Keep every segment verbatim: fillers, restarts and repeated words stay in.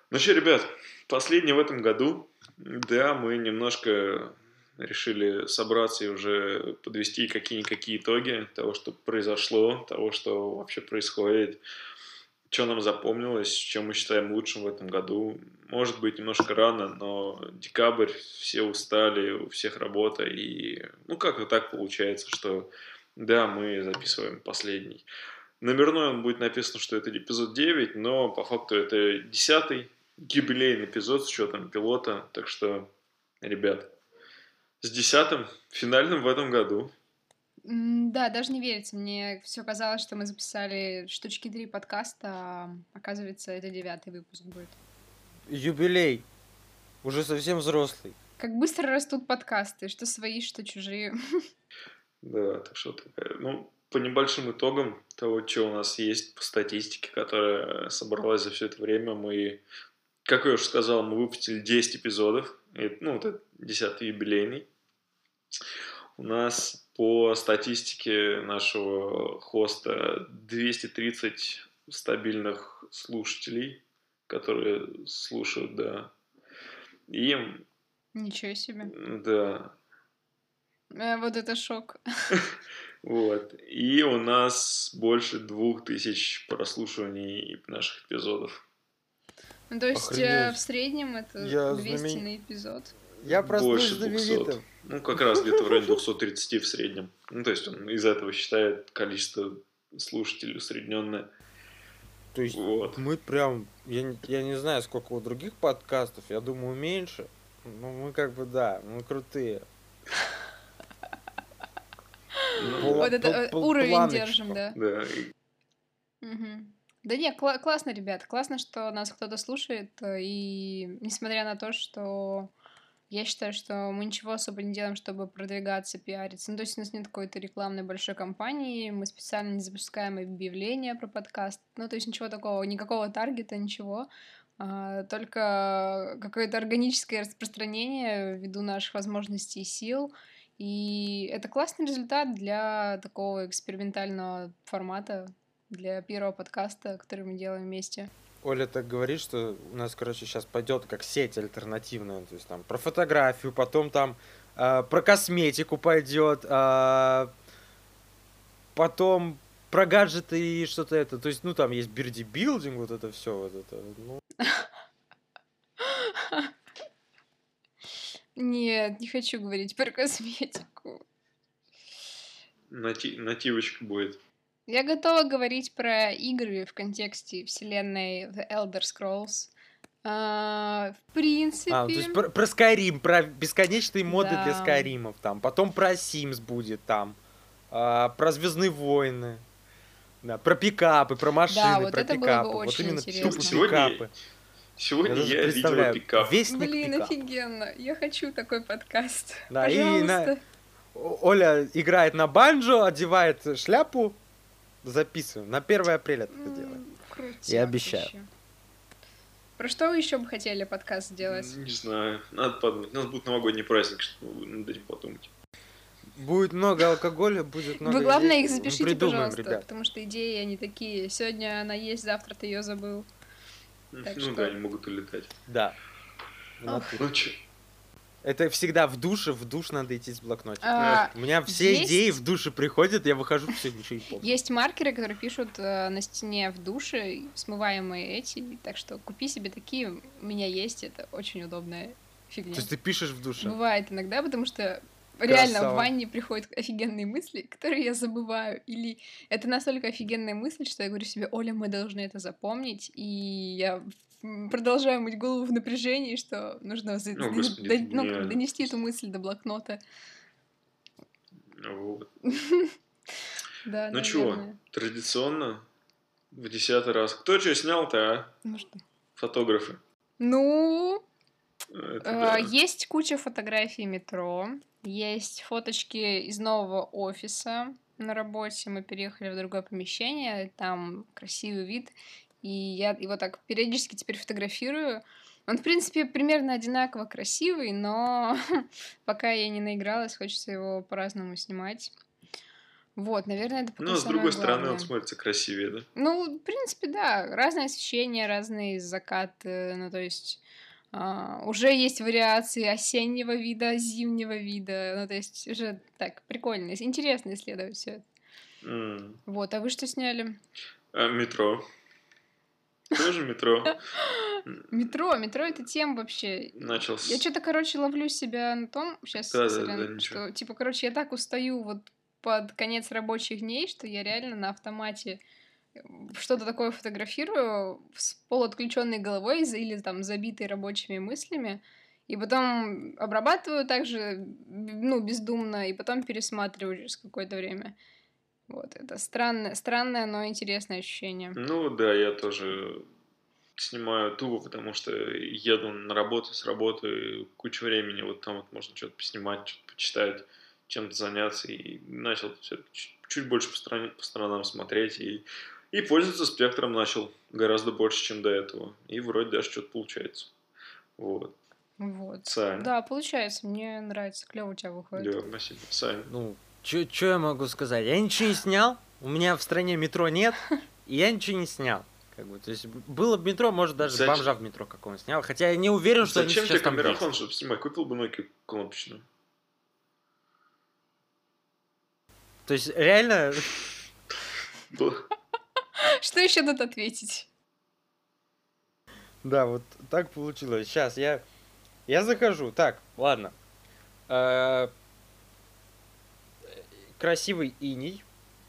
Ну что, ребят, последний в этом году. Да, мы немножко решили собраться и уже подвести какие-никакие итоги того, что произошло, того, что вообще происходит, что нам запомнилось, что мы считаем лучшим в этом году. Может быть, немножко рано, но декабрь, все устали, у всех работа, и ну как-то так получается, что да, мы записываем последний. Номерной он будет написано, что это эпизод девять, но по факту это десятый юбилейный эпизод с учетом пилота. Так что, ребят, с десятым, финальным в этом году. М, Да, даже не верится. Мне все казалось, что мы записали штучки три подкаста, а оказывается, это девятый выпуск будет. Юбилей. Уже совсем взрослый. Как быстро растут подкасты, что свои, что чужие. Да, так что такая, ну, по небольшим итогам того, что у нас есть по статистике, которая собралась за все это время, мы, как я уже сказал, мы выпустили десять эпизодов, и, ну, вот это десятый юбилейный. У нас по статистике нашего хоста двести тридцать стабильных слушателей, которые слушают, да. И, Ничего себе. да, Э, Вот это шок. вот. И у нас больше двух тысяч прослушиваний наших эпизодов. Ну, то есть э, Охренеть. в среднем это Я двести знамен- на эпизод. Я проснусь Больше двухсот. знаменитым. Ну, как раз где-то в районе двухсот тридцати в среднем. Ну, то есть он из этого считает количество слушателей усредненное. То есть Вот. мы прям... Я, не- я не знаю, сколько у других подкастов. Я думаю, меньше. Ну, мы как бы, да, мы крутые. Ну, Пла- Вот это пл- э, пл- уровень планочка. держим, да. да, и Мгм. Да не, кла- классно, ребят, классно, что нас кто-то слушает, э, и несмотря на то, что я считаю, что мы ничего особо не делаем, чтобы продвигаться, пиариться. Ну, то есть у нас нет какой-то рекламной большой кампании, мы специально не запускаем объявления про подкаст. Ну, то есть ничего такого, никакого таргета, ничего. А, только какое-то органическое распространение ввиду наших возможностей и сил. И это классный результат для такого экспериментального формата, для первого подкаста, который мы делаем вместе. Оля так говорит, что у нас, короче, сейчас пойдет как сеть альтернативная. То есть там про фотографию, потом там э, про косметику пойдет, а, потом про гаджеты и что-то это. То есть, ну, там есть бирдибилдинг, вот это все, вот это. Ну, Нет, не хочу говорить про косметику. нати- нативочка будет. Я готова говорить про игры в контексте вселенной The Elder Scrolls. А, в принципе... А, то есть про, про Skyrim, про бесконечные моды для Да. Скайримов там. Потом про Sims будет там. а, про Звездные войны. Да, про пикапы, про машины, Да, вот про это было бы пикапы. Вот очень именно интересно. тупо Сегодня, пикапы. сегодня Я даже я видела представляю, пикап. вестник Блин, пикап. офигенно. Я хочу такой подкаст. Да, и на- Пожалуйста. О- Оля играет на банджо, одевает шляпу. Записываем. На первое апреля это делаем. М, крутяк Я обещаю. вообще. Про что вы еще бы хотели подкаст сделать? Не знаю, надо подумать. У нас будет новогодний праздник, чтобы над этим подумать. Будет много алкоголя, будет много Вы, главное, идей. их Мы запишите, придумаем, пожалуйста, ребят. потому что идеи, они такие. Сегодня она есть, завтра ты ее забыл. Так ну что- да, они могут улетать. Да. Ох. Ну че? Это всегда в душе, в душ надо идти с блокнотиком. А, У меня все есть- идеи в душе приходят, я выхожу, все, ничего не помню. Есть маркеры, которые пишут э, на стене в душе, смываемые эти, так что купи себе такие, у меня есть, это очень удобная фигня. То есть ты пишешь в душе? Бывает иногда, потому что реально Красава. в ванне приходят офигенные мысли, которые я забываю. Или это настолько офигенная мысль, что я говорю себе, Оля, мы должны это запомнить. И я м, продолжаю мыть голову в напряжении, что нужно за- О, за- господи, до- это ну, как, гениально. донести эту мысль до блокнота. Вот. Да, Ну чего, наверное. традиционно в десятый раз. Кто что снял-то, а? Ну что? Фотографы. Ну, Это э, да. есть куча фотографий метро, есть фоточки из нового офиса на работе. Мы переехали в другое помещение, там красивый вид, и я его так периодически теперь фотографирую. Он, в принципе, примерно одинаково красивый, но пока я не наигралась, хочется его по-разному снимать. Вот, наверное, это пока Но с самое другой стороны, он главное. смотрится красивее, да? Ну, в принципе, да, разное освещение, разные закаты, ну, то есть а, уже есть вариации осеннего вида, зимнего вида, ну, то есть уже так прикольно, интересно исследовать все это. М. Вот, а вы что сняли? А метро. Тоже метро. М, Метро, метро это тема вообще. Начал Я с... что-то, короче, ловлю себя на том, сейчас, Да-да-да, сорян, ничего. что, типа, короче, я так устаю вот под конец рабочих дней, что я реально на автомате э, что-то такое фотографирую с полуотключенной головой из- или там забитой рабочими мыслями, и потом обрабатываю также, б- ну, бездумно, и потом пересматриваю через какое-то время. Вот, это странное, странное, но интересное ощущение. Ну да, я тоже снимаю тупо, потому что еду на работу, с работы, кучу времени, вот там вот можно что-то поснимать, что-то почитать, чем-то заняться, и начал всё чуть, чуть больше по, стране- по сторонам смотреть, и, и пользоваться спектром начал гораздо больше, чем до этого, и вроде даже что-то получается. Вот. Вот. Сань. Да, получается, мне нравится, клево у тебя выходит. Да, спасибо. Сань. Ну, что я могу сказать? Я ничего не снял, у меня в стране метро нет, и я ничего не снял. Как бы, то есть б- было бы метро, может, даже Зачем- бомжа в метро какого-нибудь снял. Хотя я не уверен, что они Зачем тебе сейчас там камерафон, есть. чтобы снимать? Купил бы Nokia кнопочную. То есть реально, Было- Что еще тут ответить? да, вот так получилось. Сейчас я, я захожу. Так, ладно. Э, Красивый иней.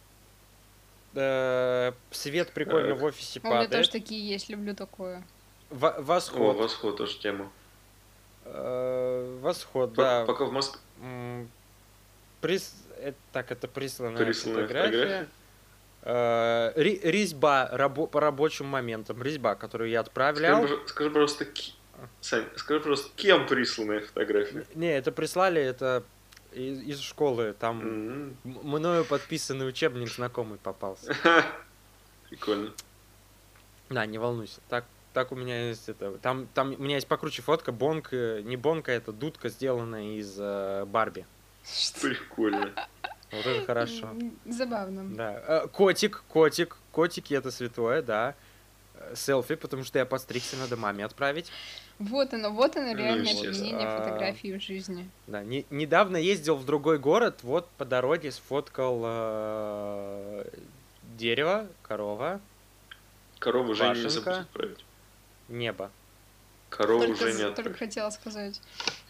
Э, Свет прикольно Так. в офисе У меня тоже падает. такие есть, люблю такое. Во- О, Восход. восход тоже тема. Э, Восход, По- да. Пока в Москве М, прис- э, Так, это присланная присланная фотография. фотография. Э, ре- Резьба рабо- по рабочим моментам. Резьба, которую я Скажи, отправлял. пожа- скажи, пожалуйста, ки- Сань, скажи, пожалуйста, кем присланная фотография? Не, это прислали, это из, из школы. Там М. м- мною подписанный учебник знакомый попался. Прикольно. Да, не волнуйся. Так, так у меня есть это. Там, там у меня есть покруче фотка. Бонг, э, не бонка, это дудка, сделанная из э, Барби. Прикольно. Вот это хорошо. М, Забавно. Да. Э, Котик, котик, котики это святое, да. Э, Селфи, потому что я подстригся, надо маме отправить. Вот оно, вот оно Ну, реальное естественно. применение А, фотографии в жизни. Да, не- недавно ездил в другой город, вот по дороге сфоткал э, дерево, корова, Корову Жене не Пашенька. забудь отправить. небо. Корову Только, Жене з- только отправить. хотела сказать.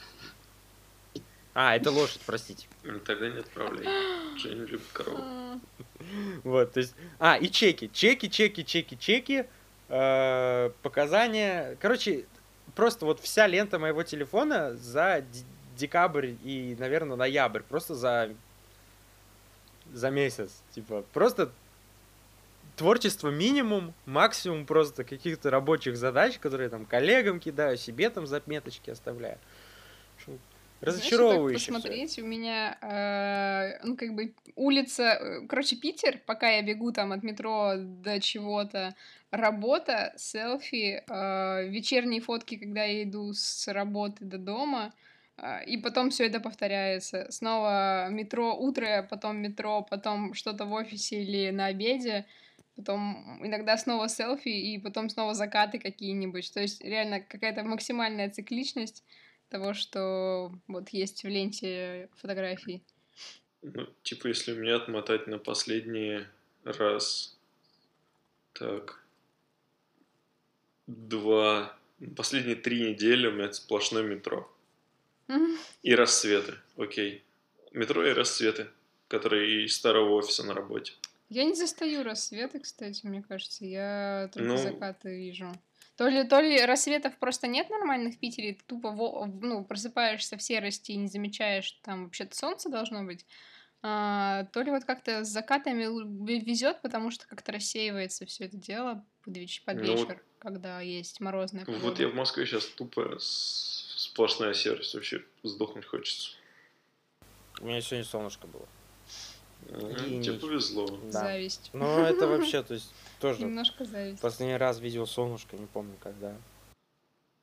А, это лошадь, простите. Ну, тогда не отправляй. Женя любит корову. А, Вот, то есть... А, и чеки. Чеки, чеки, чеки, чеки. э, Показания. Короче, просто вот вся лента моего телефона за д- декабрь и, наверное, ноябрь. Просто за... За месяц. Типа, просто творчество минимум, максимум просто каких-то рабочих задач, которые я там коллегам кидаю, себе там заметочки оставляю. В общем, разочаровывающе всё. Знаешь, так посмотреть, у меня, э, ну, как бы, улица, э, короче, Питер, пока я бегу там от метро до чего-то, работа, селфи, э, вечерние фотки, когда я иду с работы до дома, а, и потом все это повторяется. Снова метро, утро, потом метро, потом что-то в офисе или на обеде, потом иногда снова селфи, и потом снова закаты какие-нибудь. То есть реально какая-то максимальная цикличность того, что вот есть в ленте фотографий. Ну, типа, если меня отмотать на последний раз, так, два, последние три недели у меня сплошное метро. Мгм. И рассветы, окей. Метро и рассветы, которые из старого офиса на работе. Я не застаю рассветы, кстати, мне кажется. Я только Ну, закаты вижу. То ли, то ли рассветов просто нет нормальных в Питере, ты тупо во- ну, просыпаешься в серости и не замечаешь, что там вообще-то солнце должно быть. А, то ли вот как-то с закатами везет, потому что как-то рассеивается все это дело под, веч- под ну вот, вечер, когда есть морозная вот погода. я в Москве сейчас тупо с- сплошная серость, вообще сдохнуть хочется. У меня сегодня солнышко было. М, И Тебе нич- повезло. Да. Зависть. Ну, это вообще, то есть, тоже Немножко зависть. последний раз видел солнышко, не помню когда.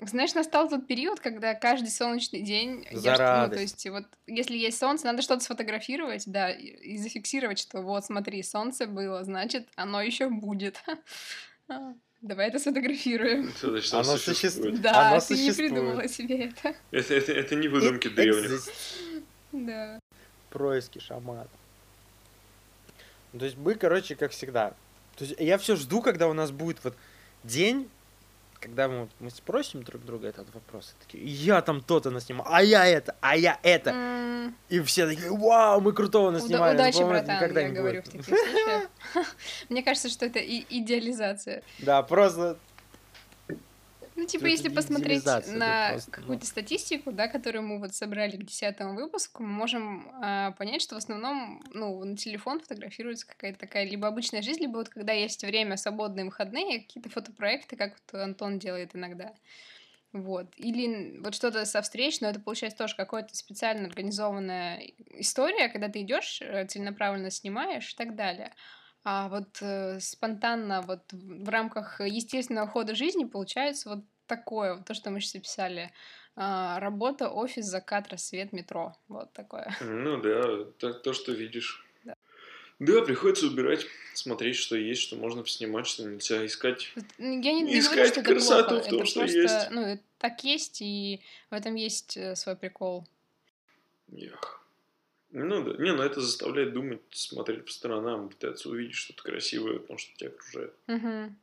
Знаешь, настал тот период, когда каждый солнечный день За я, что, ну, то радость. есть, вот, если есть солнце, надо что-то сфотографировать, да, и, и зафиксировать, что вот, смотри, солнце было, значит, оно еще будет. А, Давай это сфотографируем. Это значит, оно Оно существует. существует. Оно Да, ты не существует. придумала себе это. Это, это, это не It выдумки древних. exists. Да. Происки шамана. Ну, то есть мы, короче, как всегда. То есть я все жду, когда у нас будет вот день, когда мы, вот- мы спросим друг друга этот вопрос. И такие, я там то-то наснимал, а я это, а я это. М, И все такие, вау, мы крутого уда- наснимали. Но, Удачи, по-моему, это братан, никогда я не говорю будет. в таких случаях. Мне кажется, что это и- идеализация. Да, просто Ну, типа, это если посмотреть идеализация, это на просто, ну. какую-то статистику, да, которую мы вот собрали к десятому выпуску, мы можем а, понять, что в основном, ну, на телефон фотографируется какая-то такая либо обычная жизнь, либо вот когда есть время, свободные выходные, какие-то фотопроекты, как вот Антон делает иногда. Вот. Или н- вот что-то со встреч, но это получается тоже какая-то специально организованная и- история, когда ты идешь, э, целенаправленно снимаешь и так далее. А вот э, спонтанно, вот в в рамках естественного хода жизни получается вот такое, вот то, что мы сейчас описали. А, работа, офис, закат, рассвет, метро. Вот такое. Ну да, то, то, что видишь. Да. Да, приходится убирать, смотреть, что есть, что можно снимать, что нельзя, искать. Вот, н- Я не, не говорю, Искать что это плохо, красоту в том, это что просто, есть. ну, это так есть, и в этом есть э, свой прикол. Ях. Ну да. Не, ну это заставляет думать, смотреть по сторонам, пытаться увидеть что-то красивое, потому что тебя окружает. Угу.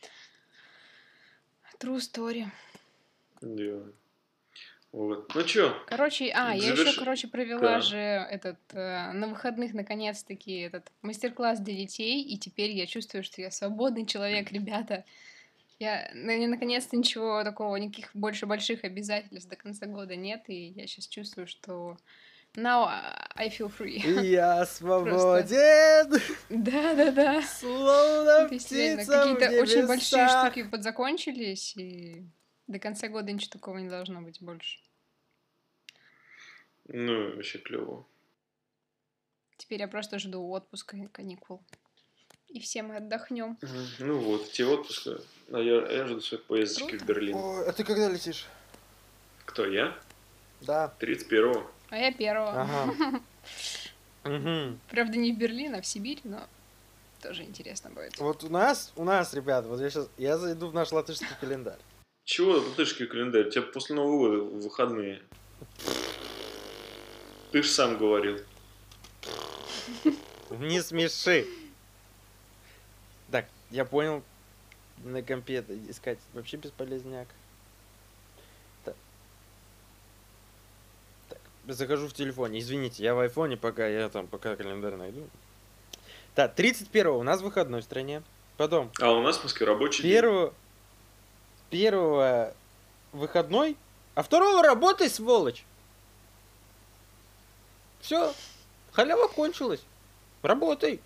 True story. Да. Вот. Ну чё, Короче, а, я еще, заверши. короче, провела Да. же этот э, на выходных наконец-таки этот мастер-класс для детей, и теперь я чувствую, что я свободный человек, ребята. Я на- наконец-то ничего такого, никаких больше больших обязательств до конца года нет, и я сейчас чувствую, что now I feel free. И я Просто. свободен, Да-да-да. словно То есть реально птица в какие-то очень большие небесах. штуки подзакончились, и до конца года ничего такого не должно быть больше. Ну, вообще клево. Теперь я просто жду отпуска и каникул. И все мы отдохнем. Мгм. Ну вот, те отпуска. А я, а я жду своей поездочки Круто. в Берлин. Ой, а ты когда летишь? Кто, я? Да. тридцать первого. А я первого. Ага. Мгм. Правда, не в Берлин, а в Сибирь, но тоже интересно будет. Вот у нас, у нас, ребят, вот я сейчас, я зайду в наш латышский календарь. Чего латышский календарь? У тебя после Нового года в выходные. Ты же сам говорил. Не смеши. Так, я понял. На компе это искать вообще бесполезняк. Так. Так, захожу в телефоне. Извините, я в айфоне, пока я там, пока календарь найду. Так, тридцать первого у нас выходной в стране. Потом, А у нас в Москве рабочий день. первого, первого выходной, а второго работай, сволочь. Все, халява кончилась. Работай.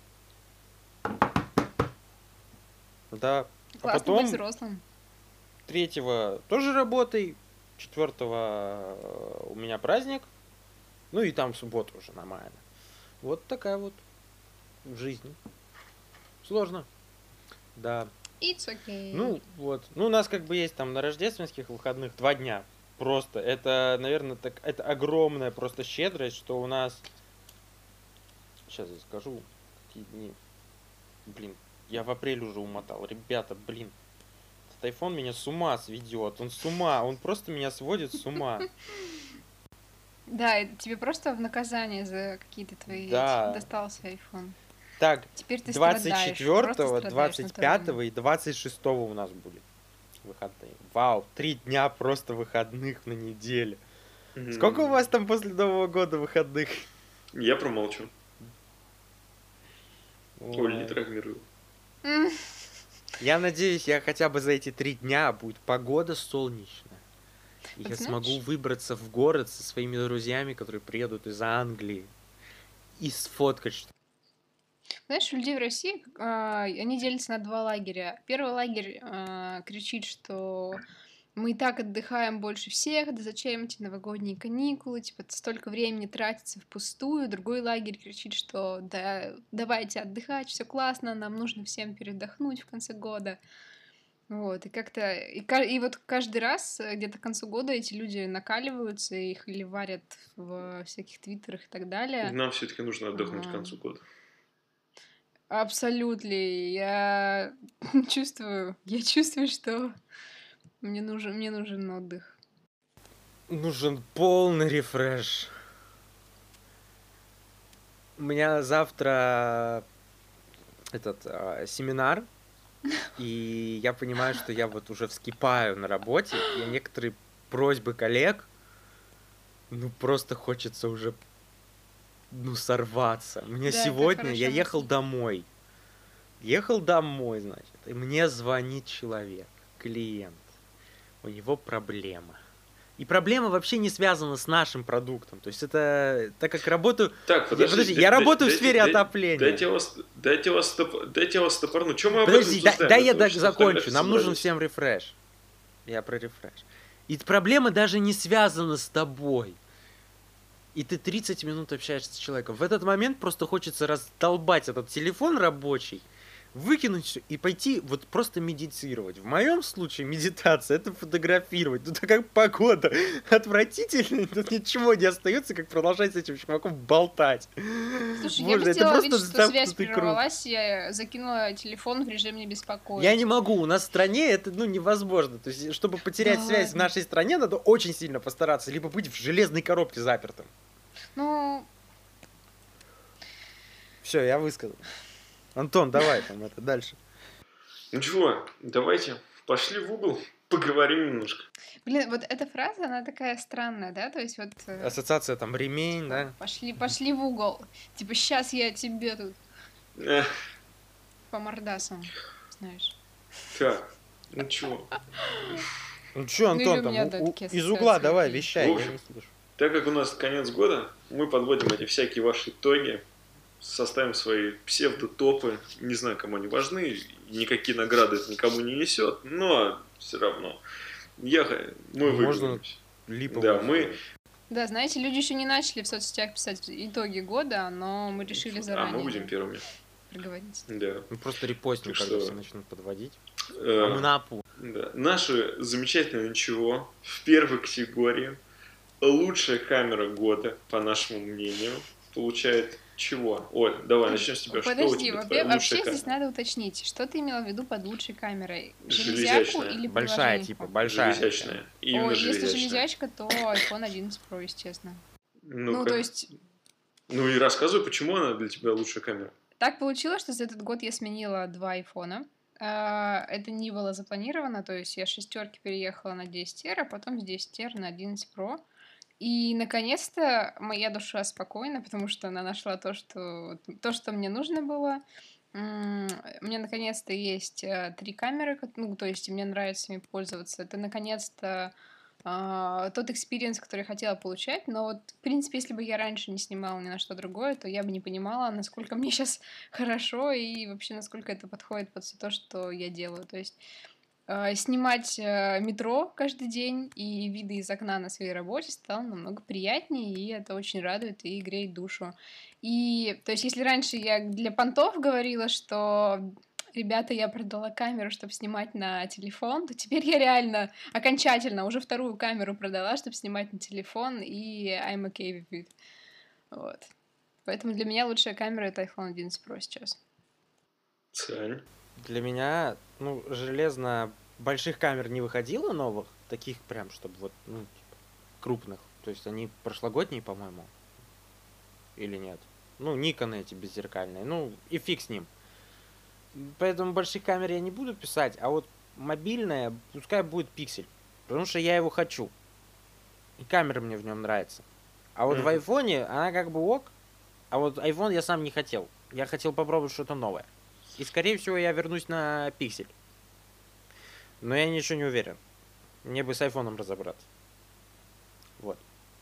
Да. А Классно потом быть взрослым. третьего тоже работай, четвертого у меня праздник, ну и там в субботу уже нормально. Вот такая вот жизнь. Сложно. Да. It's okay. Ну вот. Ну у нас как бы есть там на рождественских выходных два дня. Просто это, наверное, так это огромная просто щедрость, что у нас. Сейчас я скажу, какие дни. Блин, я в апреле уже умотал. Ребята, блин. Этот iPhone меня с ума сведет. Он с ума. Он просто меня сводит с ума. Да, и тебе просто в наказание за какие-то твои эти Да. достался iPhone. Так, Теперь ты двадцать страдаешь. Просто четвёртого, страдаешь на двадцать второй день. пятого и двадцать шестого у нас будет выходные. Вау, три дня просто выходных на неделю. Мгм. Сколько у вас там после Нового года выходных? Я промолчу. Оль, не Ой. травмирую. М, Я надеюсь, я хотя бы за эти три дня будет погода солнечная. И Вот я знаешь- смогу выбраться в город со своими друзьями, которые приедут из Англии, и сфоткать что. Знаешь, у людей в России, а, они делятся на два лагеря. Первый лагерь а, кричит, что мы и так отдыхаем больше всех, да зачем эти новогодние каникулы, типа столько времени тратится впустую. Другой лагерь кричит, что да, давайте отдыхать, все классно, нам нужно всем передохнуть в конце года. Вот, и как-то, и, ка- и вот каждый раз э, где-то к концу года эти люди накаливаются, их или варят в всяких твиттерах и так далее. Нам все-таки нужно отдохнуть к А, концу года. Абсолютно. Я чувствую, я чувствую, что мне нужен, мне нужен отдых. Нужен полный рефреш. У меня завтра этот а, семинар, и я понимаю, что я вот уже вскипаю на работе, и некоторые просьбы коллег, ну просто хочется уже, ну, сорваться. Мне Да, это сегодня, я хорошая ехал мысль. домой, ехал домой, значит, и мне звонит человек, клиент, у него проблема. И проблема вообще не связана с нашим продуктом. То есть это, так как работаю... Так, Я, подожди. подожди, дай- я дай- работаю в дайте- сфере дай- отопления. Дайте я вас, дайте вас, стоп- дайте я вас стопорну. Чем мы об этом Подожди, да, обсуждаем? дай я Это так очень закончу. фотографии Нам нужен собрались. всем рефреш. Я про рефреш. И проблема даже не связана с тобой. И ты тридцать минут общаешься с человеком. В этот момент просто хочется раздолбать этот телефон рабочий, выкинуть всё и пойти вот просто медитировать. В моем случае медитация — это фотографировать. Ну, так как погода отвратительная, тут ничего не остается, как продолжать с этим чуваком болтать. Слушай, я Боже, бы это сделала вид, просто что связь замкнутый круг. прервалась, я закинула телефон в режим не беспокоить. Я не могу, у нас в стране это, ну, невозможно. То есть, чтобы потерять Да связь в ладно. нашей стране, надо очень сильно постараться, либо быть в железной коробке запертым. Ну, Все, я высказал. Антон, давай там это дальше. Ну чего, давайте пошли в угол, поговорим немножко. блин, вот эта фраза, она такая странная, да? То есть вот э, Ассоциация там ремень, да? пошли, пошли в угол. Типа, сейчас я тебе тут Эх, по мордасам, знаешь. так, ну чего. Ну что, Ну или Антон, у там меня, у- да, у- такие из угла ассоциации давай, какие-то. вещай, В я общем, не слышу. Так как у нас конец года, мы подводим эти всякие ваши итоги, составим свои псевдотопы. Не знаю, кому они важны, никакие награды это никому не несет, но все равно. Я, х- мы Можно выиграемся. Липовый Да, мы... сделать. Да, знаете, люди еще не начали в соцсетях писать итоги года, но мы решили А, заранее мы будем первыми. проговорить. Да. Мы просто репостим, Так когда что, все начнут подводить. э, А мы на апу. да. Наше замечательное ничего в первой категории лучшая камера года, по нашему мнению, получает чего? Оль, давай начнем с тебя. Что у Подожди, тебя твоя во-первых, лучшая вообще здесь камера? надо уточнить, что ты имела в виду под лучшей камерой? Железяку Железячная. или Большая, приложение? типа, большая. Железячная. Именно Ой, если железячная. железячка, то iPhone одиннадцать Pro, естественно. Ну, Ну, как? то есть, Ну и рассказывай, почему она для тебя лучшая камера. так получилось, что за этот год я сменила два айфона. А, Это не было запланировано, то есть я с шестерки переехала на десять эр, а потом с десять эр на одиннадцать Pro. И, наконец-то, моя душа спокойна, потому что она нашла то, что, то, что мне нужно было. М, У меня, наконец-то, есть э, три камеры, ко- ну, то есть мне нравится ими пользоваться. Это, наконец-то, а, тот экспириенс, который я хотела получать. Но вот, в принципе, если бы я раньше не снимала ни на что другое, то я бы не понимала, насколько мне сейчас хорошо и вообще насколько это подходит под все то, что я делаю. То есть э, снимать э, метро каждый день и виды из окна на своей работе стало намного приятнее, и это очень радует и греет душу. И, то есть, если раньше я для понтов говорила, что ребята, я продала камеру, чтобы снимать на телефон, то теперь я реально окончательно уже вторую камеру продала, чтобы снимать на телефон, и I'm okay with it. Вот. Поэтому для меня лучшая камера — это iPhone одиннадцать Pro сейчас. Сань. Для меня, ну, железно больших камер не выходило новых, таких прям, чтобы вот, ну, типа, крупных. То есть они прошлогодние, по-моему. Или нет? Ну, Никоны эти беззеркальные. Ну, и фиг с ним. Поэтому больших камер я не буду писать, а вот мобильная, пускай будет пиксель. Потому что я его хочу. И камера мне в нем нравится. А вот в Мгм. айфоне она как бы ок, а вот iPhone я сам не хотел. Я хотел попробовать что-то новое. И скорее всего я вернусь на пиксель. Но я ничего не уверен. Мне бы с айфоном разобраться. Вот.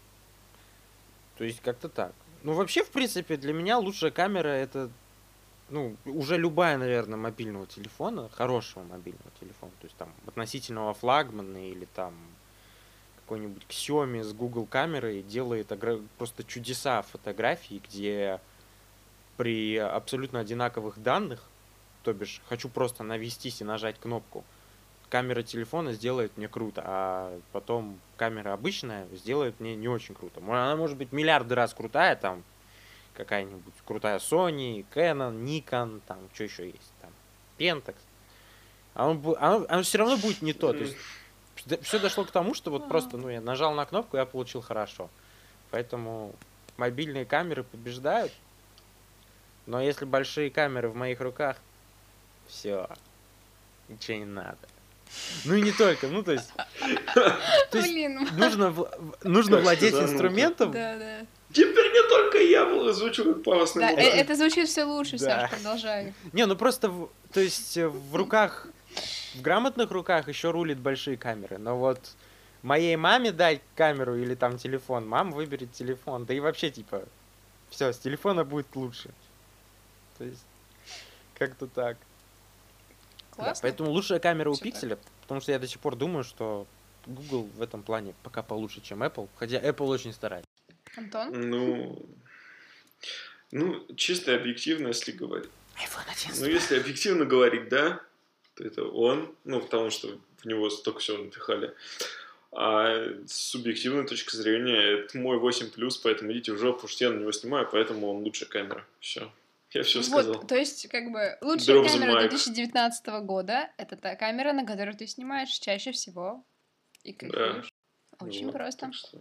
То есть как-то так. Ну вообще, в принципе, для меня лучшая камера это, ну, уже любая, наверное, мобильного телефона, хорошего мобильного телефона, то есть там относительного флагмана или там какой-нибудь Xiaomi с Google камерой делает огр- просто чудеса фотографий, где при абсолютно одинаковых данных, то бишь хочу просто навестись и нажать кнопку, камера телефона сделает мне круто, а потом камера обычная сделает мне не очень круто. Мо- Она может быть миллиарды раз крутая, там какая-нибудь крутая Sony, Canon, Nikon, там что еще есть, там Pentax. А он, бу- оно, оно все равно будет не то. То есть все дошло к тому, что вот просто, ну, я нажал на кнопку, я получил хорошо. Поэтому мобильные камеры побеждают. Но если большие камеры в моих руках, все, ничего не надо. Ну и не только, ну то есть, то есть Блин, нужно, в- в- нужно Как владеть сказанука. инструментом. да, да. Теперь не только я был- звучу как пафосный Да, э- мудак. это звучит все лучше, Да. Саш, продолжай. Не, ну просто, в- то есть э, в руках, в грамотных руках еще рулит большие камеры. Но вот моей маме дай камеру или там телефон, мама выберет телефон. Да и вообще типа, все, с телефона будет лучше. То есть, как-то так. Да, Классно. поэтому лучшая камера у Всё так. Пикселя, потому что я до сих пор думаю, что Google в этом плане пока получше, чем Apple, хотя Apple очень старается. Антон? Ну, ну, чисто объективно, если говорить. iPhone Ну, одиннадцать. если объективно говорить, да, то это он, ну, потому что в него столько всего напихали. А с субъективной точки зрения, это мой восемь плюс, поэтому идите в жопу, потому что я на него снимаю, поэтому он лучшая камера. Все. Я все сказал. Вот, то есть, как бы, лучшая Drop the камера mic. две тысячи девятнадцатого года — это та камера, на которой ты снимаешь чаще всего и кайфуешь. Очень Вот, просто. так что,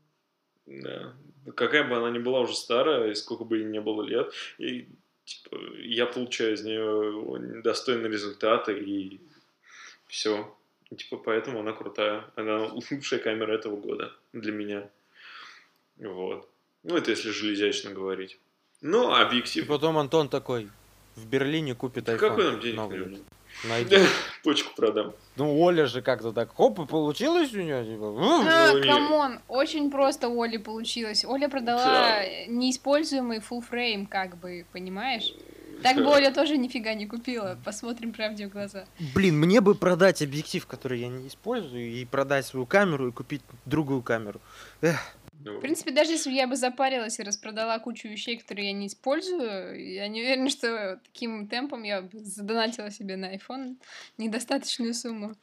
да. Какая бы она ни была уже старая, и сколько бы ей не было лет, и, типа, я получаю из нее достойные результаты, и все. Типа, поэтому она крутая. Она лучшая камера этого года для меня. Вот. Ну, это если железячно говорить. Ну, а И объектив... потом Антон такой в Берлине купит iPhone. Какой нам денег новый. нужен? Найдет. Почку продам. Ну, Оля же как-то так, хоп, и получилось у нее, типа, м. А, Ну, не- камон, очень просто у Оли получилось. Оля продала Да. неиспользуемый full frame, как бы, понимаешь? Так Да. бы Оля тоже нифига не купила. Посмотрим правде в глаза. Блин, мне бы продать объектив, который я не использую, и продать свою камеру, и купить другую камеру. Эх. Ну, В принципе, даже если бы я бы запарилась и распродала кучу вещей, которые я не использую, я не уверена, что таким темпом я бы задонатила себе на iPhone недостаточную сумму.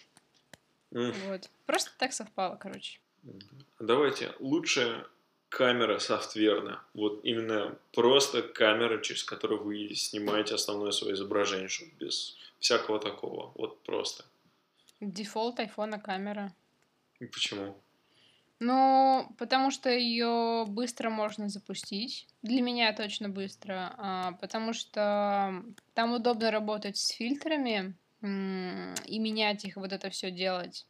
м. Вот. Просто так совпало, короче. Давайте. Лучшая камера софтверная. Вот именно просто камера, через которую вы снимаете основное свое изображение, чтобы без всякого такого. Вот просто. Дефолт айфона камера. И почему? Ну, потому что ее быстро можно запустить. Для меня точно быстро. а, потому что там удобно работать с фильтрами м, и менять их, вот это все делать.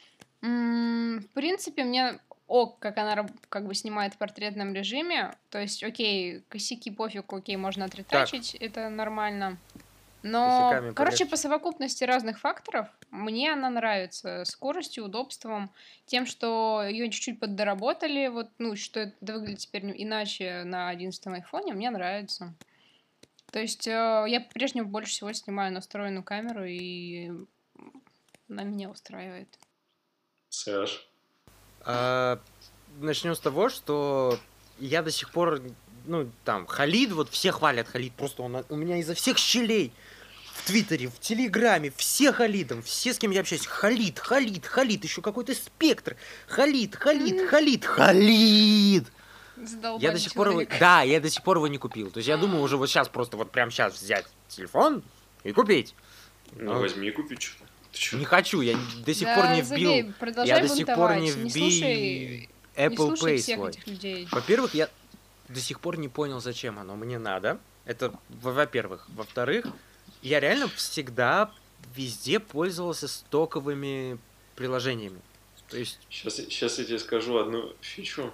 М, В принципе, мне ок, как она раб- как бы снимает в портретном режиме. То есть, окей, косяки пофиг, окей, можно отретачить, это нормально. Но, Косяками короче, полегче. по совокупности разных факторов мне она нравится. Скоростью, удобством, тем, что ее чуть-чуть поддоработали, вот, ну, что это выглядит теперь не- иначе на одиннадцатом айфоне, мне нравится. То есть э, я по-прежнему больше всего снимаю на встроенную камеру, и она меня устраивает. Саш. А, начнем с того, что я до сих пор, ну, там, Халид, вот все хвалят Халид, просто он у меня изо всех щелей в Твиттере, в Телеграме, все Халидом, все, с кем я общаюсь, Халид, Халид, Халид, еще какой-то спектр, Халид, Халид, Халид, Халид. Задолбали Я до сих пор его, человека. да, я до сих пор его не купил. То есть я думаю уже вот сейчас просто вот прям сейчас взять телефон и купить. Ну, Ну, возьми и купи что-то. Ты чё? Не хочу, я до сих Да, пор не забей, вбил продолжай я до сих пор бунтовать. не Не вбил слушай, не Apple слушай Pay всех свой. этих людей. Во-первых, я до сих пор не понял, зачем оно мне надо. Это, во- во-первых. Во-вторых, я реально всегда везде пользовался стоковыми приложениями. То есть, Сейчас, сейчас я тебе скажу одну фичу,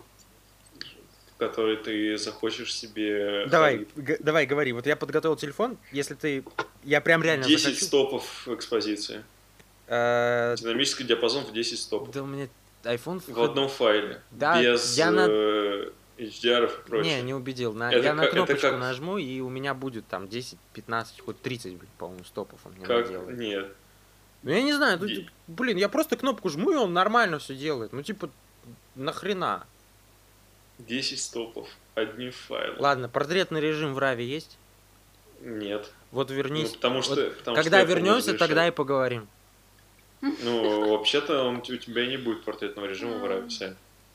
в которой ты захочешь себе... давай, Халид. г- давай, говори. Вот я подготовил телефон, если ты... Я прям реально десять захочу. стопов экспозиции. Э, Динамический диапазон в десять стопов. Да у меня iPhone... в- В одном файле. Да, без я на- э, эйч ди ар и прочее. Не, не убедил. На- Это я на как- это кнопочку как- нажму, и у меня будет там десять, пятнадцать, хоть тридцать, блин, по-моему, стопов он мне Как? наделает. Нет. Ну я не знаю, тут, Е- блин, я просто кнопку жму, и он нормально все делает. Ну типа, нахрена? десять стопов. Одни файлы. Ладно, портретный режим в Раве есть? Нет. Вот Ну, вернись. потому Вот что, потому когда что Apple вернемся, разрешил. тогда и поговорим. Ну, вообще-то он, у тебя не будет портретного режима в Рависе.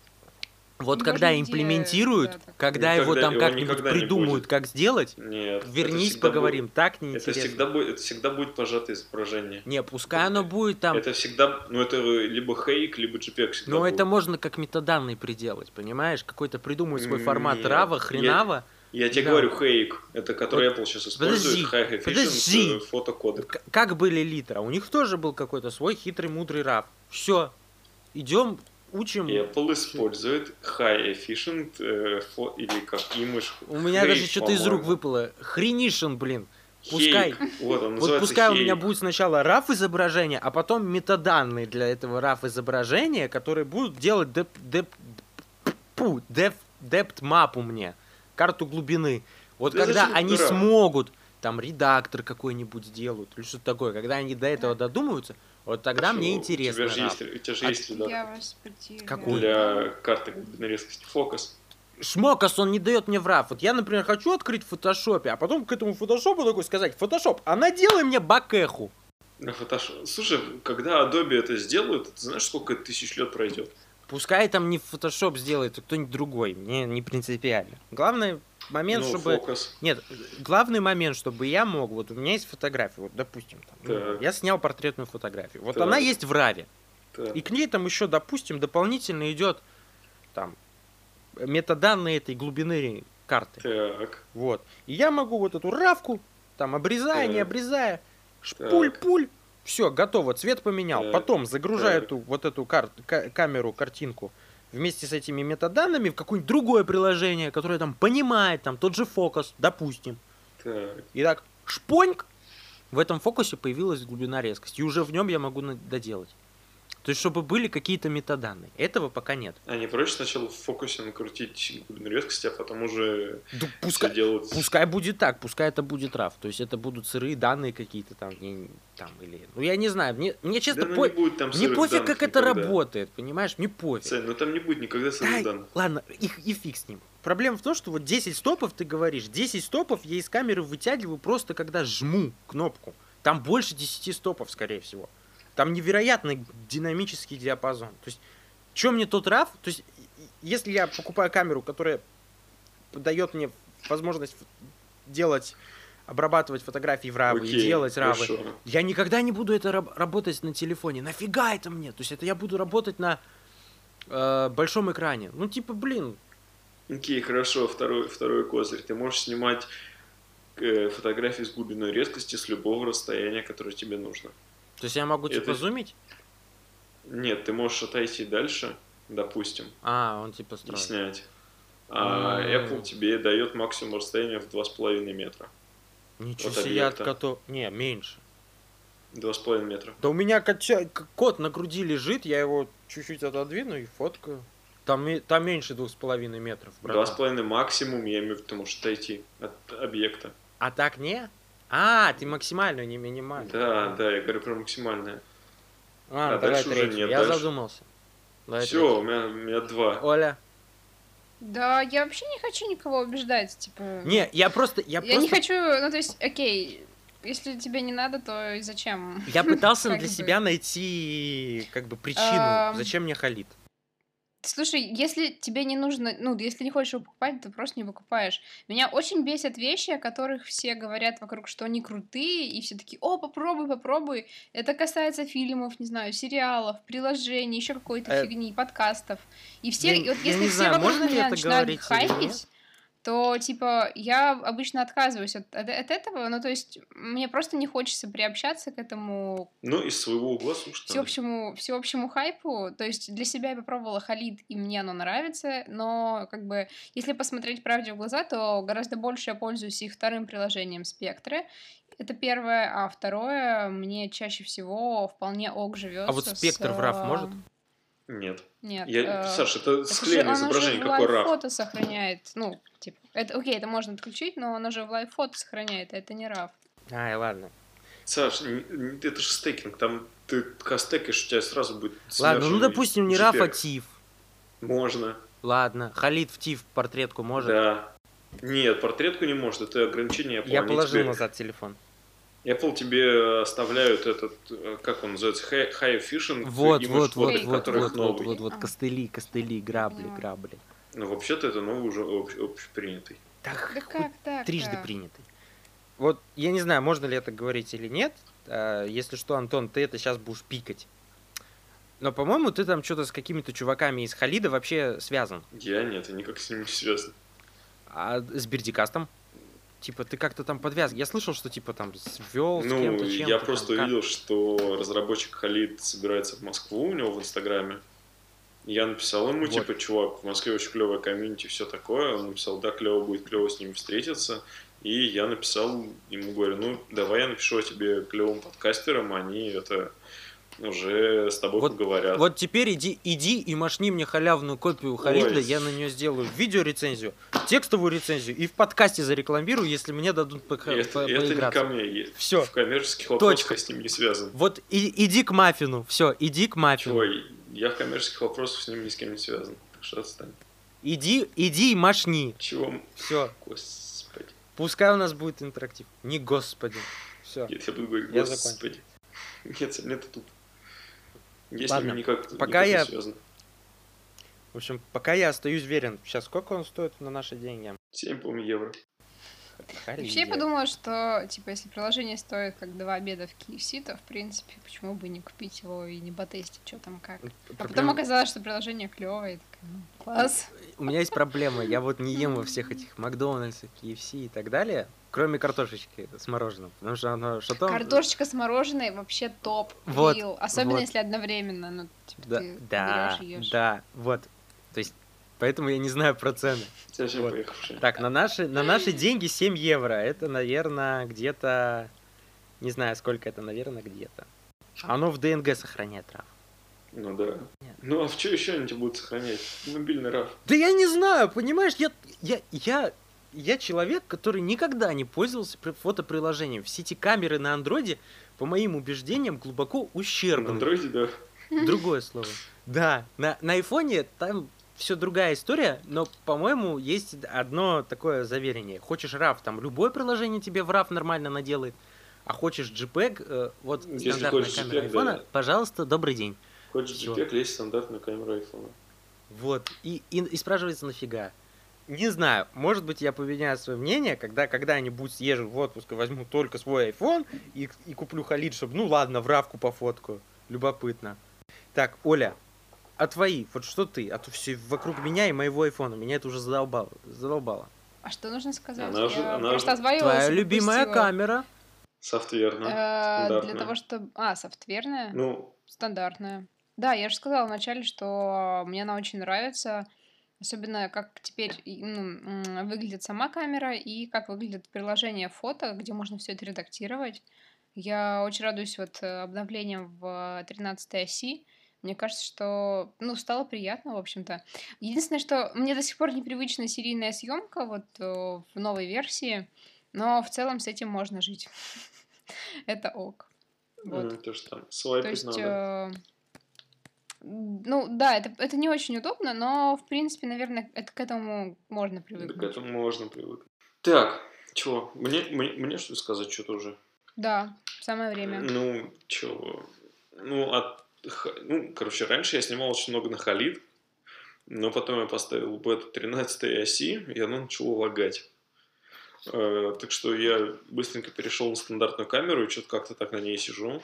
Вот Можно когда где, имплементируют, да, так. когда его Никогда- там его как-нибудь никогда не придумают, будет. как сделать, Нет. это вернись, всегда поговорим. будет- Так Это неинтересно. всегда, будет, это всегда будет пожатое изображение. Не, пускай оно будет там. Это всегда, ну это либо хейк, либо джей пи джи всегда Но будет. это можно как метаданные приделать, понимаешь? Какой-то придумать свой формат Нет, рава, я- хренава. Я тебе Да. говорю, хейк, это который Вот Apple сейчас подожди, использует, high подожди. efficient фотокодек. К- Как были литра? У них тоже был какой-то свой хитрый, мудрый рав. Все. Идем, учим. И Apple использует high efficient э, фо- или как image. У меня hate, даже что-то из рук по-моему. выпало. Хренишин, блин. Пускай. Hate. Вот, он Вот называется пускай у меня hate. будет сначала раф изображения, а потом метаданные для этого раф изображения, которые будут делать деп, деп, пу, деп, депт мапу мне, карту глубины. Вот Да когда зачем они это раф? смогут, там редактор какой-нибудь сделают, или что-то такое, когда они до этого додумаются, вот тогда Что, мне У интересно. тебя же раф. есть, у тебя же А есть редактор Я вас потеряла. Какой? для карты глубины резкости фокус. Шмокас, он не дает мне в раф. Вот я, например, хочу открыть в фотошопе, а потом к этому фотошопу такой сказать: фотошоп, а наделай мне бакеху. На Photoshop. Слушай, когда Adobe это сделают, ты знаешь, сколько тысяч лет пройдет? Пускай там не фотошоп сделает, а кто-нибудь другой. Мне не принципиально. Главный момент, Ну, чтобы... фокус. Нет, главный момент, чтобы я мог... Вот у меня есть фотография, вот, допустим, там, ну, Так. я снял портретную фотографию. Вот Так. она есть в раве. Так. И к ней там еще, допустим, дополнительно идет там метаданные этой глубины карты. Так. Вот. И я могу вот эту равку, там, обрезая, не Так. обрезая, шпуль-пуль, все, готово, цвет поменял. Так. Потом загружаю Так. эту вот эту кар- ка- камеру, картинку вместе с этими метаданными в какое-нибудь другое приложение, которое там понимает, там, тот же фокус, допустим. Так. И так, шпоньк, в этом фокусе появилась глубина резкости. И уже в нем я могу на- доделать. То есть, чтобы были какие-то метаданные. Этого пока нет. А не проще сначала в фокусе накрутить глубину резкости, а потом уже Да все пускай, делать. пускай будет так, пускай это будет раф. То есть это будут сырые данные какие-то там, не- там или. Ну я не знаю, мне, мне честно Да, ну, по- не будет там мне сырых пофиг, данных как это никогда. работает, понимаешь? Мне пофиг. Сань, ну там не будет никогда сырых Дай- данных. ладно, их и фиг с ним. Проблема в том, что вот десять стопов ты говоришь, десять стопов я из камеры вытягиваю просто когда жму кнопку. Там больше десяти стопов, скорее всего. Там невероятный динамический диапазон. То есть, что мне тот раф? То есть, если я покупаю камеру, которая дает мне возможность ф- делать, обрабатывать фотографии в равы и Окей, делать равы, хорошо. я никогда не буду это раб- работать на телефоне. Нафига это мне? То есть, это я буду работать на э, большом экране. Ну, типа, блин, Окей, хорошо, второй, второй козырь. Ты можешь снимать э, фотографии с глубиной резкости с любого расстояния, которое тебе нужно. то есть я могу, типа, Это- зумить? Нет, ты можешь отойти дальше, допустим, А, он типа и строит. снять. А М. Apple тебе дает максимум расстояния в два с половиной метра. Ничего от себе, я объекта. готов. Не, меньше. Два с половиной метра. Да у меня котя- к- кот на груди лежит, я его чуть-чуть отодвину и фоткаю. Там, ме- там меньше двух с половиной метров, братан. Два с половиной максимум, я имею в виду, ты можешь отойти от объекта. А так не? А, ты максимальную, не минимальную. Да, да, я говорю про максимальное. А, а давай дальше уже третью. нет, Я дальше- задумался. Давай Все, у меня, у меня два. третью. Оля. Да, я вообще не хочу никого убеждать, типа... Не, я просто... Я, Я не просто... хочу, ну то есть, окей, если тебе не надо, то и зачем? Я пытался Как для бы. себя найти, как бы, причину, Ам. зачем мне халит. Слушай, если тебе не нужно, ну, если не хочешь его покупать, то просто не выкупаешь. Меня очень бесят вещи, о которых все говорят вокруг, что они крутые, и все такие: о, попробуй, попробуй. Это касается фильмов, не знаю, сериалов, приложений, еще какой-то Э, фигни, подкастов. И все, я- и вот я если не все знаю, вокруг можно ли меня это начинают говорить или нет? хайпить, то, типа, я обычно отказываюсь от, от, от этого, ну, то есть, мне просто не хочется приобщаться к этому Ну, из своего угла слушать надо. всеобщему, всеобщему хайпу. То есть для себя я попробовала Халид, и мне оно нравится, но как бы если посмотреть правде в глаза, то гораздо больше я пользуюсь их вторым приложением Спектры. Это первое, а второе мне чаще всего вполне ок живется. А вот Спектр в раф может? Нет. Нет. Я, э, Саша, это это же склеенное оно же изображение, в какой раф. лайв-фото сохраняет. Ну, типа, это, окей, это можно отключить, но оно же в лайв-фото сохраняет, а это не раф. Ай, ладно. Саш, н- н- это же стейкинг, там ты когда стекаешь, у тебя сразу будет Ладно, ну смерженный допустим, не раф, а JPEG. тиф. Можно, Ладно, халит в тиф портретку может? да. Нет, портретку не может, это ограничение Apple. Я Они положил тебе- назад телефон. Apple тебе оставляют этот, как он называется, high fishing, Вот, и вот, вот, маршруты, вот, которых вот, вот, новые. вот, вот, А. костыли, костыли, грабли, поняла. грабли. Ну, вообще-то это новый уже общ- общепринятый. Так, Да хоть как так-то? трижды принятый. Вот, я не знаю, можно ли это говорить или нет. А, если что, Антон, ты это сейчас будешь пикать. Но, по-моему, ты там что-то с какими-то чуваками из Халида вообще связан. Я нет, я никак с ним не связан. А с Бердикастом? Типа, ты как-то там подвязан. Я слышал, что типа там свел с Ну, кем-то, чем-то. я там, просто как- увидел, что разработчик Халид собирается в Москву у него в Инстаграме. Я написал ему, Вот. типа, чувак, в Москве очень клевая комьюнити, все такое. Он написал, да, клево будет, клево с ними встретиться. И я написал ему, говорю, ну, давай я напишу о тебе клевым подкастерам, они это уже с тобой Вот- поговорят. Вот теперь иди, иди и машни мне халявную копию Халида, Ой. я на нее сделаю видеорецензию, текстовую рецензию и в подкасте зарекламирую, если мне дадут И по- это, по- это не поиграться. ко мне. Я Всё. В коммерческих вопросах Точка. я с ним не связан. Вот и- иди к маффину, все, иди к маффину. Чего? Я в коммерческих вопросах с ним ни с кем не связан. Так что отстань. Иди, иди и машни. Чего? Все, Господи. пускай у нас будет интерактив. Не господи. Все. Нет, я буду говорить, Я господи. Нет, со мной тут. Я с Ладно, ними никак, пока никак я- не связан. В общем, пока я остаюсь верен. Сейчас сколько он стоит на наши деньги? семь, по-моему, евро. Вообще я подумала, что, типа, если приложение стоит как два обеда в кей эф си, то, в принципе, почему бы не купить его и не потестить, что там как. А потом оказалось, что приложение клевое, и такая, ну, класс. У меня есть проблема. Я вот не ем во всех этих Макдональдсах, кей эф си и так далее, кроме картошечки с мороженым. Потому что оно что там... Картошечка с мороженой вообще топ. Вот, real. Особенно вот. если одновременно. Ну, типа, Да, ты да, берешь и ешь. да, вот. То есть, поэтому я не знаю про цены. Совсем Вот. поехавшие. Так, на наши, на наши деньги семь евро. Это, наверное, где-то... Не знаю, сколько это, наверное, где-то. Оно в ДНГ сохраняет раф. Ну да. Нет. Ну а в что еще они тебе будут сохранять? Мобильный раф. Да я не знаю, понимаешь, я, я, я, я человек, который никогда не пользовался при- фотоприложением. Все эти камеры на андроиде, по моим убеждениям, глубоко На ущербны. андроиде, да. Другое слово. Да, на, на айфоне там все другая история, но, по-моему, есть одно такое заверение. Хочешь раф, там любое приложение тебе в раф нормально наделает, а хочешь JPEG, э, вот Если стандартная хочешь камера JPEG, айфона, да. пожалуйста, добрый день. Хочешь Всё. JPEG, лезь в стандартную камеру айфона. Вот. И, и, и спрашивается, нафига? Не знаю, может быть, я поменяю свое мнение, когда когда-нибудь съезжу в отпуск и возьму только свой iPhone и, и куплю Халид, чтобы, ну ладно, в равку пофоткаю. Любопытно. Так, Оля, а твои, вот что ты? А то все вокруг меня и моего айфона, меня это уже задолбало. задолбало. А что нужно сказать? Она же- Я она просто же- озвонилась Твоя и любимая пропустила. камера. Софтверно. Э, Для стандартная. того, чтобы... А, софтверная? Ну, Стандартная. Да, я же сказала вначале, что мне она очень нравится. Особенно, как теперь и, ну, м, выглядит сама камера и как выглядит приложение фото, где можно все это редактировать. Я очень радуюсь вот э, обновлениям в тринадцатой оси. Мне кажется, что, ну, стало приятно, в общем-то. Единственное, что мне до сих пор непривычна серийная съемка вот э, в новой версии, но в целом с этим можно жить. Это ок. Вот. м, то, что там То свайпать есть, надо. э, м, ну да, это, это не очень удобно, но, в принципе, наверное, это, к этому можно Да, к привыкнуть. этому можно привыкнуть. Так, чего? Мне, мне, мне что сказать что-то уже? Да, самое время. Ну, чего? Ну, от, х- ну, короче, раньше я снимал очень много на Халид, но потом я поставил бету тринадцатой оси, и оно начало лагать. Э, так что я быстренько перешел на стандартную камеру и что-то как-то так на ней сижу.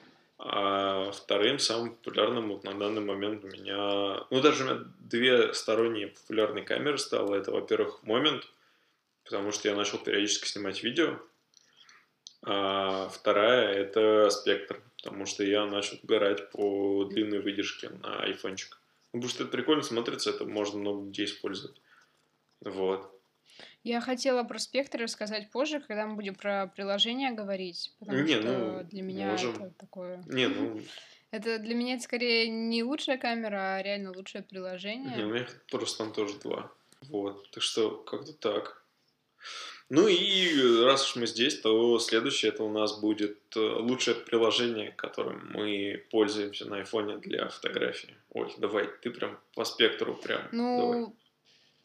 А вторым, самым популярным вот на данный момент у меня... Ну, даже у меня две сторонние популярные камеры стало. Это, во-первых, Moment, потому что я начал периодически снимать видео. А вторая — это Spectre, потому что я начал угорать по длинной выдержке на айфончик. Ну, потому что это прикольно смотрится, это можно много где использовать. Вот. Я хотела про спектр рассказать позже, когда мы будем про приложение говорить, потому Не, что ну, для меня можем. это такое... Не, ну, Это для меня это скорее не лучшая камера, а реально лучшее не, у приложение. меня их просто там тоже два. Вот. Так что как-то так. Ну и раз уж мы здесь, то следующее это у нас будет э, лучшее приложение, которым мы пользуемся на айфоне для фотографии. Ой, давай, ты прям по спектру прям. Давай. Ну,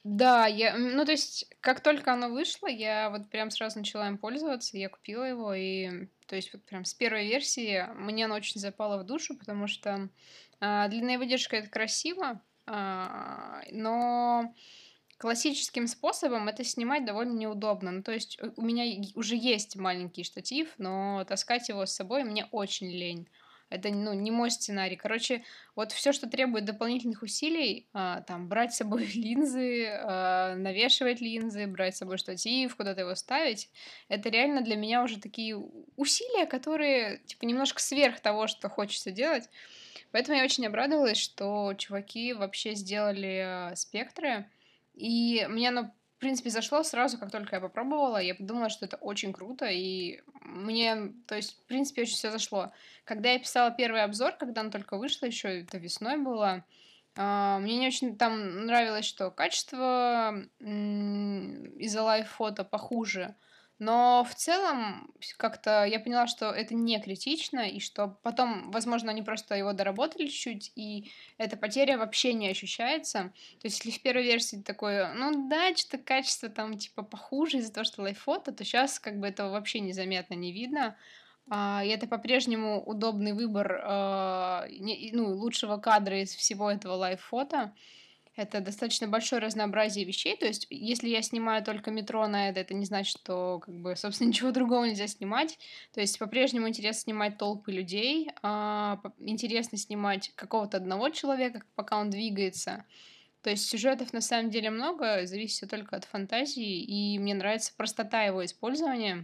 Да, я, м, ну, то есть, как только оно вышло, я вот прям сразу начала им пользоваться, я купила его, и, то есть, вот прям с первой версии мне оно очень запало в душу, потому что а, длинная выдержка это красиво, а, но классическим способом это снимать довольно неудобно. Ну, то есть, у у меня и- уже есть маленький штатив, но таскать его с собой мне очень лень. Это, ну, не мой сценарий. Короче, вот все, что требует дополнительных усилий, а, там, брать с собой линзы, а, навешивать линзы, брать с собой штатив, куда-то его ставить, это реально для меня уже такие у- усилия, которые, типа, немножко сверх того, что хочется делать. Поэтому я очень обрадовалась, что чуваки вообще сделали, а, спектры. И мне оно, в принципе, зашло сразу, как только я попробовала. Я подумала, что это очень круто, и мне, то есть, в принципе, очень все зашло. Когда я писала первый обзор, когда оно только вышло, еще это весной было, а, мне не очень там нравилось, что качество м, из-за лайв-фото похуже. Но в целом вс- как-то я поняла, что это не критично, и что потом, возможно, они просто его доработали чуть-чуть, и эта потеря вообще не ощущается. То есть, если в первой версии такое, ну да, что-то качество там типа похуже из-за того, что лайффото, то сейчас как бы этого вообще незаметно не видно. А, и это по-прежнему удобный выбор, а, не- и, ну, лучшего кадра из всего этого лайв-фото. Это достаточно большое разнообразие вещей. То есть, если я снимаю только метро на это, это не значит, что, как бы, собственно, ничего другого нельзя снимать. То есть, по-прежнему интересно снимать толпы людей, а, по- интересно снимать какого-то одного человека, пока он двигается. То есть сюжетов на самом деле много, зависит все только от фантазии, и мне нравится простота его использования.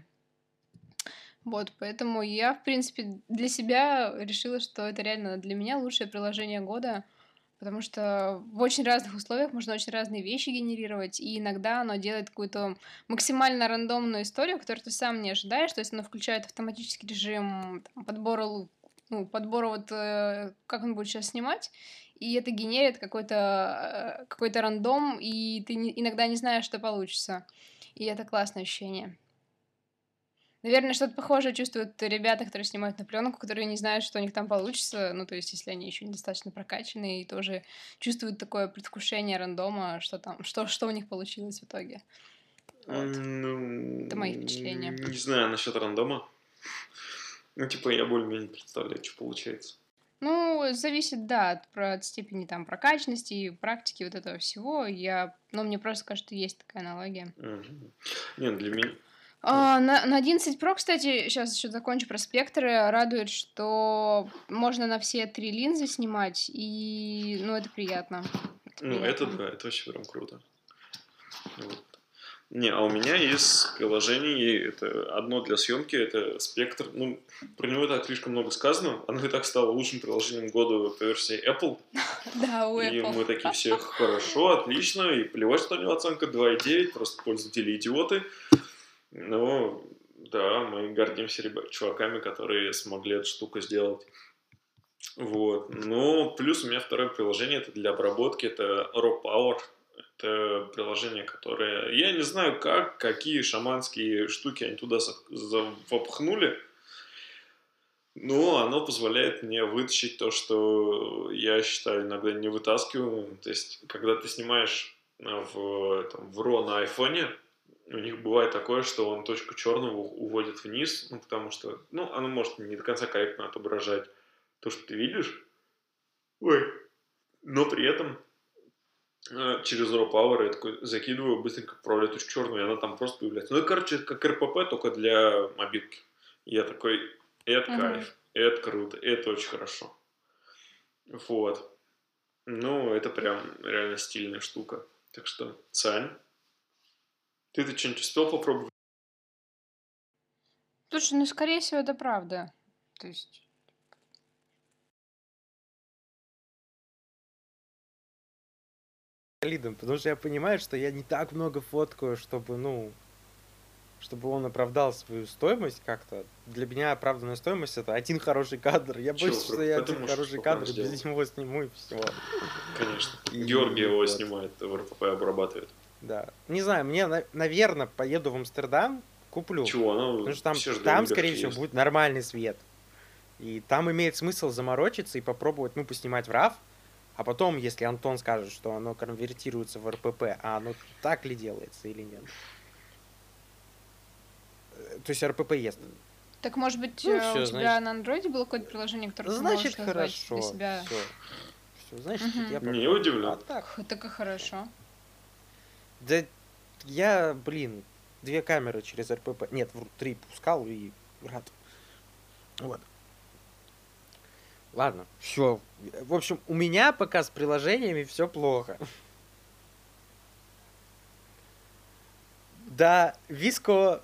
Вот, поэтому я, в принципе, для себя решила, что это реально для меня лучшее приложение года, потому что в очень разных условиях можно очень разные вещи генерировать, и иногда оно делает какую-то максимально рандомную историю, которую ты сам не ожидаешь, то есть оно включает автоматический режим там, подбора, лу- ну, подбора вот, э, как он будет сейчас снимать, и это генерит какой-то э, какой-то рандом, и ты не- иногда не знаешь, что получится. И это классное ощущение. Наверное, что-то похожее чувствуют ребята, которые снимают на пленку, которые не знают, что у них там получится. Ну, то есть, если они еще недостаточно прокачаны и тоже чувствуют такое предвкушение рандома, что там, что, что у них получилось в итоге. Вот. М, Это мои впечатления. Ну, не знаю насчет рандома. Ну, типа, я более-менее представляю, что получается. Ну, зависит, да, от, про- от степени там прокачанности, практики вот этого всего. Я, ну, мне просто кажется, что есть такая аналогия. Мгм. Не, для меня... А, на, на одиннадцать Pro, кстати, сейчас еще закончу про спектры. Радует, что можно на все три линзы снимать, и, ну, это приятно. Это Ну, это приятно. да, это вообще прям круто. Вот. Не, а у меня из приложений это одно для съемки, это спектр. Ну, про него так слишком много сказано. Оно и так стало лучшим приложением года по версии Apple. Да, у И Apple. мы такие все хорошо, отлично. И плевать, что у него оценка два и девять, просто пользователи идиоты. Но да, мы гордимся ребят, чуваками, которые смогли эту штуку сделать. Вот. Ну, плюс у меня второе приложение, это для обработки, это Raw Power. Это приложение, которое... Я не знаю, как, какие шаманские штуки они туда за- за- вопхнули, но оно позволяет мне вытащить то, что я считаю иногда не вытаскиваю. То есть, когда ты снимаешь э, в, там, в RAW на айфоне, у них бывает такое, что он точку черного уводит вниз, ну, потому что, ну, оно может не до конца корректно отображать то, что ты видишь. Ой. Но при этом э, через Raw Power я такой закидываю быстренько правую точку черную, и она там просто появляется. Ну, и, короче, это как эр пи пи, только для мобилки. И я такой, это Мгм. кайф, это круто, это очень хорошо. Вот. Ну, это прям реально стильная штука. Так что, Сань, ты-то что-нибудь успел попробовать? Слушай, ну, скорее всего, это правда. То есть... Лидом, потому что я понимаю, что я не так много фоткаю, чтобы, ну, чтобы он оправдал свою стоимость как-то. Для меня оправданная стоимость это один хороший кадр. Я Чё, боюсь, что про- я это один можешь хороший попрям кадр, и без сделать. него сниму и все. Конечно. Георгий И его вот, снимает, в эр пи пи обрабатывает. да. Не знаю, мне, наверное, поеду в Амстердам, куплю. Чего? Потому Ну, что там, все же для там, выдержки скорее всего, есть. будет нормальный свет. И там имеет смысл заморочиться и попробовать, ну, поснимать в RAW, А потом, если Антон скажет, что оно конвертируется в эр пэ пэ, а оно так ли делается или нет? Э, То есть эр пэ пэ ест. Так, может быть, Ну, э, у все, тебя значит, на андроиде было какое-то приложение, которое ты значит, можешь назвать для хорошо. себя? Все. Все, значит, я Угу. Не попробую. А удивлен. так, Х, Так и хорошо. да я, блин, две камеры через эр пэ пэ, нет, вру, три пускал и рад. Вот. Ладно, все. В общем, у меня пока с приложениями все плохо. Да, Виско.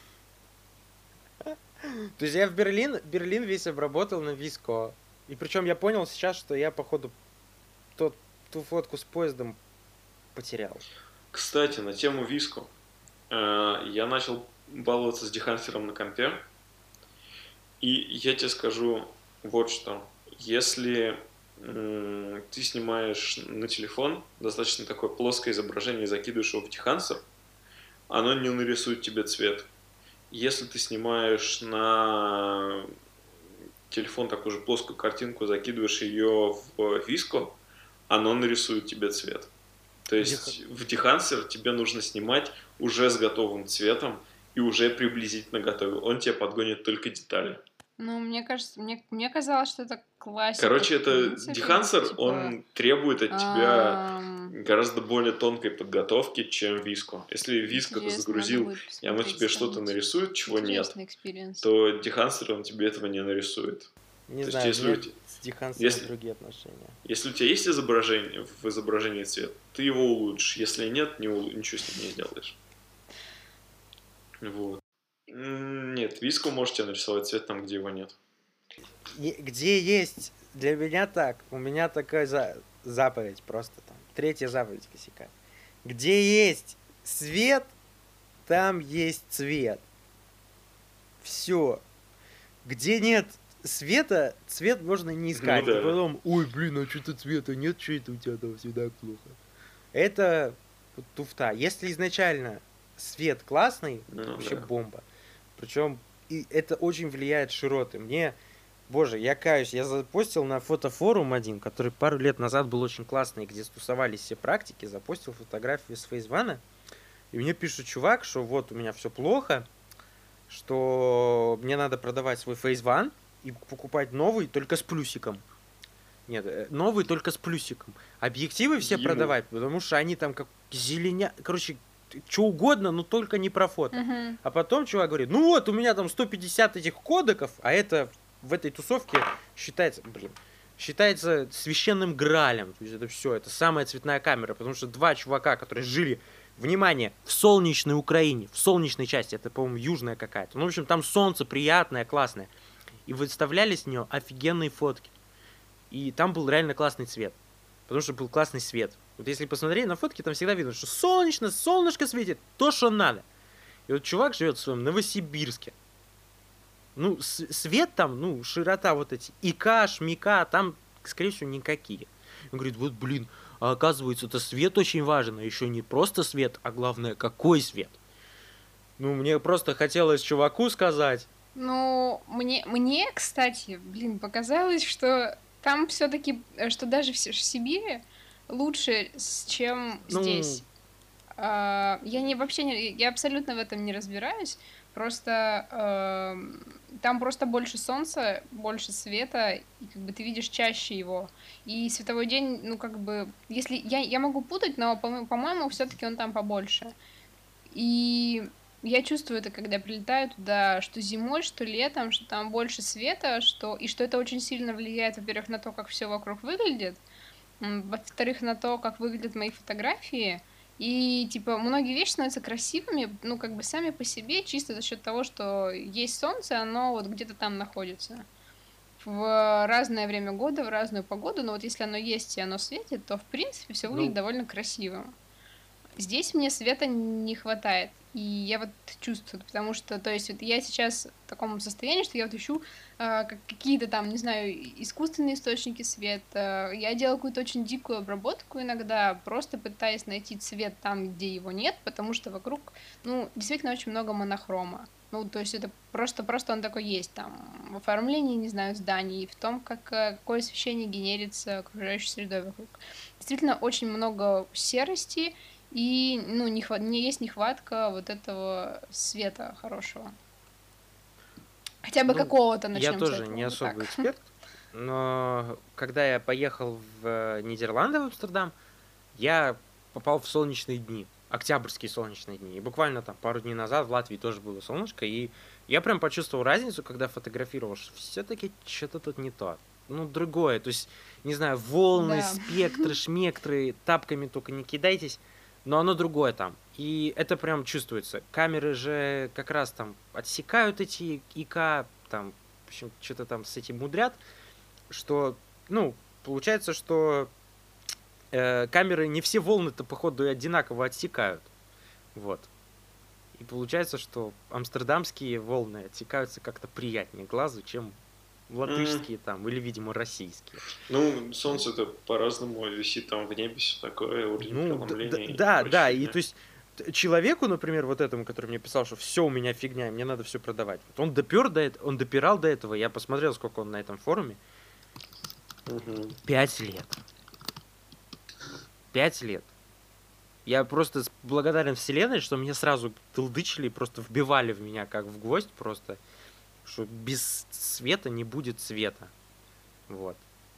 То есть я в Берлин, Берлин весь обработал на Виско. И причем я понял сейчас, что я, походу, тот, ту фотку с поездом потерял. Кстати, на тему Виско. Э, Я начал баловаться с дехансером на компе. И я тебе скажу вот что. Если м, ты снимаешь на телефон достаточно такое плоское изображение и закидываешь его в дехансер, оно не нарисует тебе цвет. Если ты снимаешь на телефон такую же плоскую картинку, закидываешь ее в Виско, оно нарисует тебе цвет. То Деха- есть в дехансер тебе нужно снимать уже с готовым цветом и уже приблизительно готовый. Он тебе подгонит только детали. Ну, мне кажется, мне, мне казалось, что это классика, Короче, в это принципе. дехансер, Типа, он требует от тебя ам, гораздо более тонкой подготовки, чем Виско. Если Виско ты интересно, надо загрузил, будет и оно посмотреть, тебе что-то сравнить. нарисует, чего нет, Интересный экспириенс. то дехансер, он тебе этого не нарисует. Не То есть, знаю, у если у меня те- с Дихансером если, другие отношения. если у тебя есть изображение, в изображении цвет, ты его улучшишь. Если нет, не улу- ничего с ним не сделаешь. Вот. М, Нет, Виско можете нарисовать цвет там, где его нет. И где есть, для меня так, у меня такая за- заповедь просто там, третья заповедь косяка. Где есть свет, там есть цвет. Все. Где нет света, цвет можно не искать. Ну И да. потом, ой, блин, а что-то цвета нет, что это у тебя там всегда плохо. Это вот туфта. Если изначально свет классный, Ну вообще да. бомба. Причем и это очень влияет широты. Мне, боже, я каюсь, я запостил на фотофорум один, который пару лет назад был очень классный, где стусовались все практики, запостил фотографию с фейсвана, и мне пишет чувак, что вот у меня все плохо, что мне надо продавать свой фейсван и покупать новый только с плюсиком. Нет, э, новый только с плюсиком. Объективы все Ему. продавать, потому что они там как зеленя... Короче, что угодно, но только не про фото. Мгм. А потом чувак говорит, ну вот, у меня там сто пятьдесят этих кодеков, а это в этой тусовке считается, блин, считается священным гралем. То есть это все, это самая цветная камера, потому что два чувака, которые жили, внимание, в солнечной Украине, в солнечной части, это, по-моему, южная какая-то. Ну, в общем, там солнце приятное, классное. И выставляли с нее офигенные фотки. И там был реально классный цвет. Потому что был классный свет. Вот если посмотреть на фотки, там всегда видно, что солнечно, солнышко светит, то, что надо. И вот чувак живет в своем Новосибирске. Ну, с- свет там, ну, широта вот эти, ика, шмика, там, скорее всего, никакие. Он говорит, вот, блин, а оказывается, это свет очень важен, а еще не просто свет, а главное, какой свет. Ну, мне просто хотелось чуваку сказать, Ну, мне, мне, кстати, блин, показалось, что там все-таки, что даже в Си- в Сибири лучше, с- чем ну, здесь. А, Я не вообще не, я абсолютно в этом не разбираюсь. Просто эм, там просто больше солнца, больше света, и как бы ты видишь чаще его. И световой день, ну как бы, если я, я могу путать, но по- по-моему, все-таки он там побольше. И я чувствую это, когда прилетаю туда, что зимой, что летом, что там больше света, что и что это очень сильно влияет, во-первых, на то, как все вокруг выглядит, м, во-вторых, на то, как выглядят мои фотографии. И, типа, многие вещи становятся красивыми, ну, как бы сами по себе, чисто за счет того, что есть солнце, оно вот где-то там находится. В разное время года, в разную погоду, но вот если оно есть и оно светит, то, в принципе, все выглядит ну, довольно красиво. Здесь мне света не хватает, и я вот чувствую, потому что, то есть, вот я сейчас в таком состоянии, что я вот ищу а, как- какие-то там, не знаю, и- искусственные источники света. Я делаю какую-то очень дикую обработку иногда, просто пытаясь найти цвет там, где его нет, потому что вокруг, ну, действительно очень много монохрома. Ну, то есть это просто-просто он такой есть там в оформлении, не знаю, зданий, в том, как, э, какое освещение генерится окружающей средой вокруг. Действительно, очень много серости, и, ну, не, хва- не есть нехватка вот этого света хорошего. Хотя бы Ну, какого-то я начнем с тоже не этого, вот особый так. эксперт, но когда я поехал в э, Нидерланды, в Амстердам, я попал в солнечные дни, октябрьские солнечные дни. И буквально там пару дней назад в Латвии тоже было солнышко, и я прям почувствовал разницу, когда фотографировал, что все-таки что-то тут не то. Ну, другое. То есть, не знаю, волны, Да. спектры, шмектры, тапками только не кидайтесь, но оно другое там. И это прям чувствуется. Камеры же как раз там отсекают эти ИК, там, в общем, что-то там с этим мудрят, что, ну, получается, что э, камеры не все волны-то, походу, и одинаково отсекают. Вот. И получается, что амстердамские волны отсекаются как-то приятнее глазу, чем М, латышские там, или, видимо, российские. Ну, солнце-то по-разному висит там в небе, все такое, уровень Ну, д- д- преломления и да, да, прочая и фигня. то есть т- человеку, например, вот этому, который мне писал, что все у меня фигня, и мне надо все продавать. Вот он допер до этого, он допирал до этого, я посмотрел, сколько он на этом форуме. Мгм. Пять лет. Пять лет. Я просто с- благодарен вселенной, что мне сразу толдычили и просто вбивали в меня как в гвоздь просто, что без света не будет света. Вот.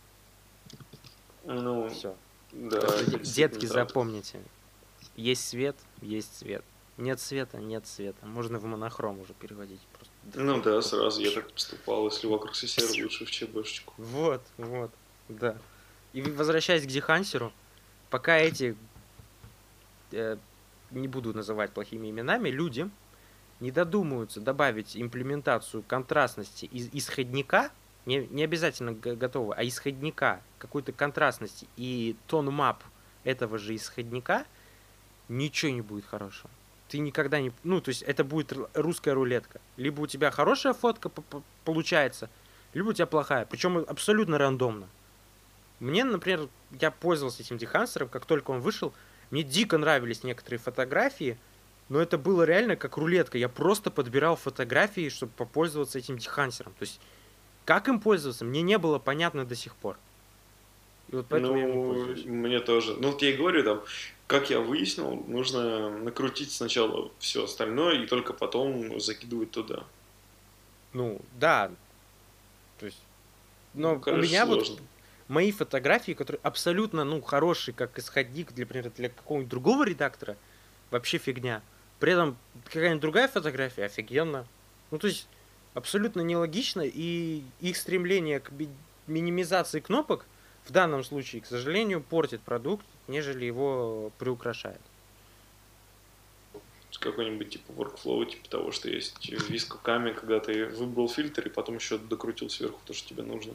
Ну, Все. да, Так что, это де- действительно детки, правда. запомните. Есть свет, есть свет. Нет света, нет света. Можно в монохром уже переводить. Просто Ну дефолт да, такой. сразу я так поступал, если вокруг все серо, лучше в ЧБшечку. Вот, вот, да. И возвращаясь к Дихансеру, пока эти, э, не буду называть плохими именами, люди не додумаются добавить имплементацию контрастности из исходника, не, не обязательно г- готового, а исходника, какой-то контрастности и тон мап этого же исходника, ничего не будет хорошего. Ты никогда не... Ну, то есть это будет р- русская рулетка. Либо у тебя хорошая фотка п- п- получается, либо у тебя плохая. Причем абсолютно рандомно. Мне, например, я пользовался этим дехансером, как только он вышел, мне дико нравились некоторые фотографии, но это было реально как рулетка. Я просто подбирал фотографии, чтобы попользоваться этим дехансером. То есть, как им пользоваться, мне не было понятно до сих пор. И вот поэтому я им не Ну, пользуюсь. мне тоже. Ну, вот я и говорю, там, как я выяснил, нужно накрутить сначала все остальное и только потом закидывать туда. Ну, да, то есть... Ну, Но у кажется, меня вот сложно. мои фотографии, которые абсолютно, ну, хорошие, как исходник, для, например, для какого-нибудь другого редактора, вообще фигня. При этом какая-нибудь другая фотография офигенно. Ну, то есть, абсолютно нелогично, и их стремление к ми- минимизации кнопок в данном случае, к сожалению, портит продукт, нежели его приукрашает. Какой-нибудь типа workflow, типа того, что есть в вискокаме, когда ты выбрал фильтр и потом еще докрутил сверху то, что тебе нужно.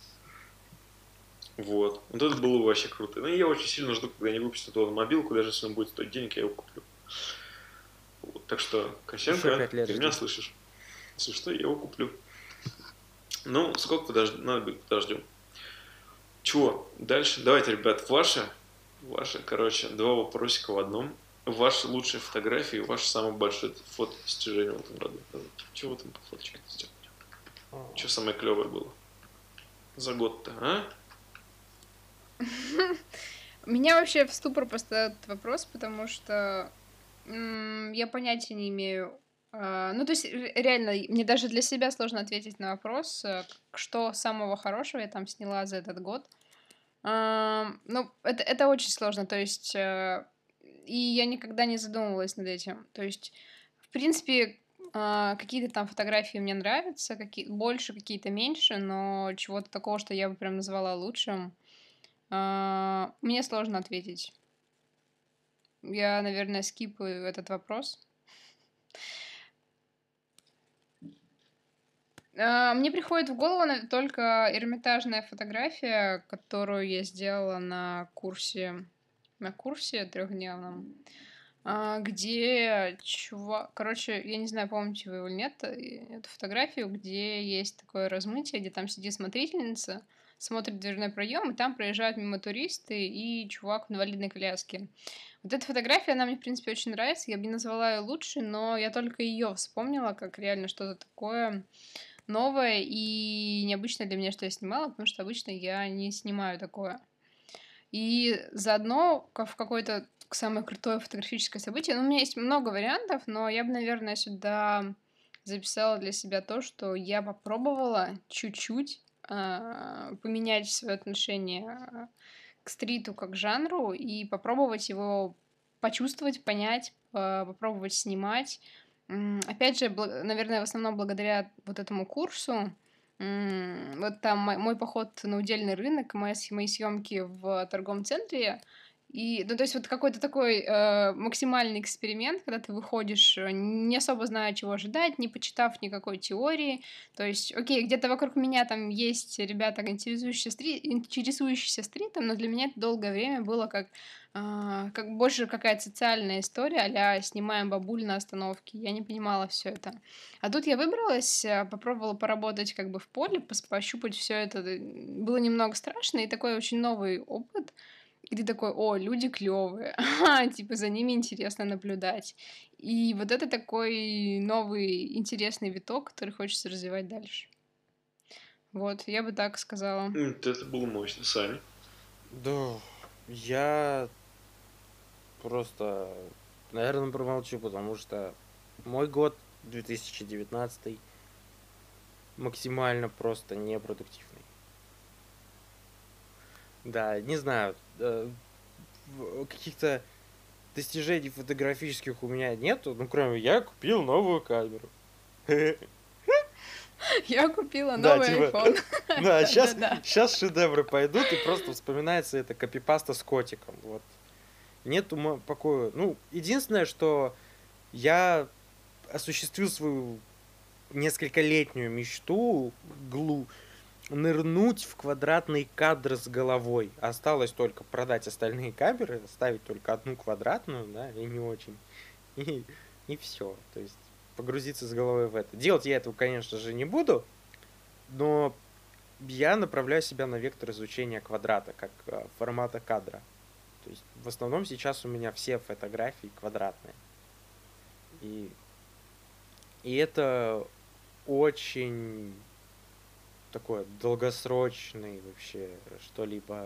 Вот. Вот это было бы вообще круто. Ну, и я очень сильно жду, когда они выпустят эту мобилку, даже если он будет стоить денег, я его куплю. Вот. Так что, Еще Косенко, пять лет ты меня жди. слышишь? Если что, я его куплю. Ну, сколько подож... надо будет, подождем. Чего? Дальше. Давайте, ребят, ваши, ваши, короче, два вопросика в одном. Ваши лучшие фотографии, ваше самое большое фотодостижение в этом году. Чего вы там по фоточкам сделали? Что самое клевое было за год-то, а? Меня вообще в ступор поставил этот вопрос, потому что м, я понятия не имею. а, Ну, то есть, ре- реально, и мне даже для себя сложно ответить на вопрос, э, к- что самого хорошего я там сняла за этот год. Ам, Ну, это, это очень сложно, то есть, э, и я никогда не задумывалась над этим. То есть, в принципе, а, какие-то там фотографии мне нравятся, какие больше, какие-то меньше, но чего-то такого, что я бы прям назвала лучшим, а, мне сложно ответить. Я, наверное, скипаю этот вопрос. А, Мне приходит в голову нав- только эрмитажная фотография, которую я сделала на курсе, на курсе трехдневном, а, где чувак, короче, я не знаю, помните вы его или нет, э, эту фотографию, где есть такое размытие, где там сидит смотрительница, смотрит в дверной проем, и там проезжают мимо туристы и чувак в инвалидной коляске. Вот эта фотография, она мне, в принципе, очень нравится. Я бы не назвала ее лучше, но я только ее вспомнила, как реально что-то такое новое и необычное для меня, что я снимала, потому что обычно я не снимаю такое. И заодно ка- в какое-то самое крутое фотографическое событие. Ну, у меня есть много вариантов, но я бы, наверное, сюда записала для себя то, что я попробовала чуть-чуть а, поменять свое отношение а, к стриту как жанру и попробовать его почувствовать, понять, а, попробовать снимать. М, Опять же, бла- наверное, в основном благодаря вот этому курсу. М, Вот там мо- мой поход на удельный рынок, мои, с- мои съемки в торговом центре. И, ну, то есть вот какой-то такой э, максимальный эксперимент, когда ты выходишь, э, не особо зная, чего ожидать, не почитав никакой теории. То есть, окей, где-то вокруг меня там есть ребята, интересующиеся, стри... интересующиеся стритом, но для меня это долгое время было как, а, как больше какая-то социальная история, а-ля снимаем бабуль на остановке. Я не понимала все это. А тут я выбралась, э, попробовала поработать как бы в поле, пос- пощупать все это. Э, Было немного страшно, и такой очень новый опыт. И ты такой: "О, люди клевые, типа за ними интересно наблюдать". И вот это такой новый интересный виток, который хочется развивать дальше. Вот, я бы так сказала. М, вот это было мощно, Саня. Да, я просто, наверное, промолчу, потому что мой год две тысячи девятнадцатый максимально просто непродуктивный. Да, не знаю, э, в- каких-то достижений фотографических у меня нету, ну, кроме я купил новую камеру. Я купила Да, новый типа, iPhone. да, сейчас, Да-да-да. сейчас шедевры пойдут, и просто вспоминается это копипаста с котиком. Вот. Нет ума покоя. Ну, единственное, что я осуществил свою нескольколетнюю мечту глу нырнуть в квадратный кадр с головой. Осталось только продать остальные камеры, ставить только одну квадратную, да, и не очень. И, и все. То есть погрузиться с головой в это. Делать я этого, конечно же, не буду, но я направляю себя на вектор изучения квадрата, как э, формата кадра. То есть в основном сейчас у меня все фотографии квадратные. И, и это очень такой долгосрочный вообще что-либо,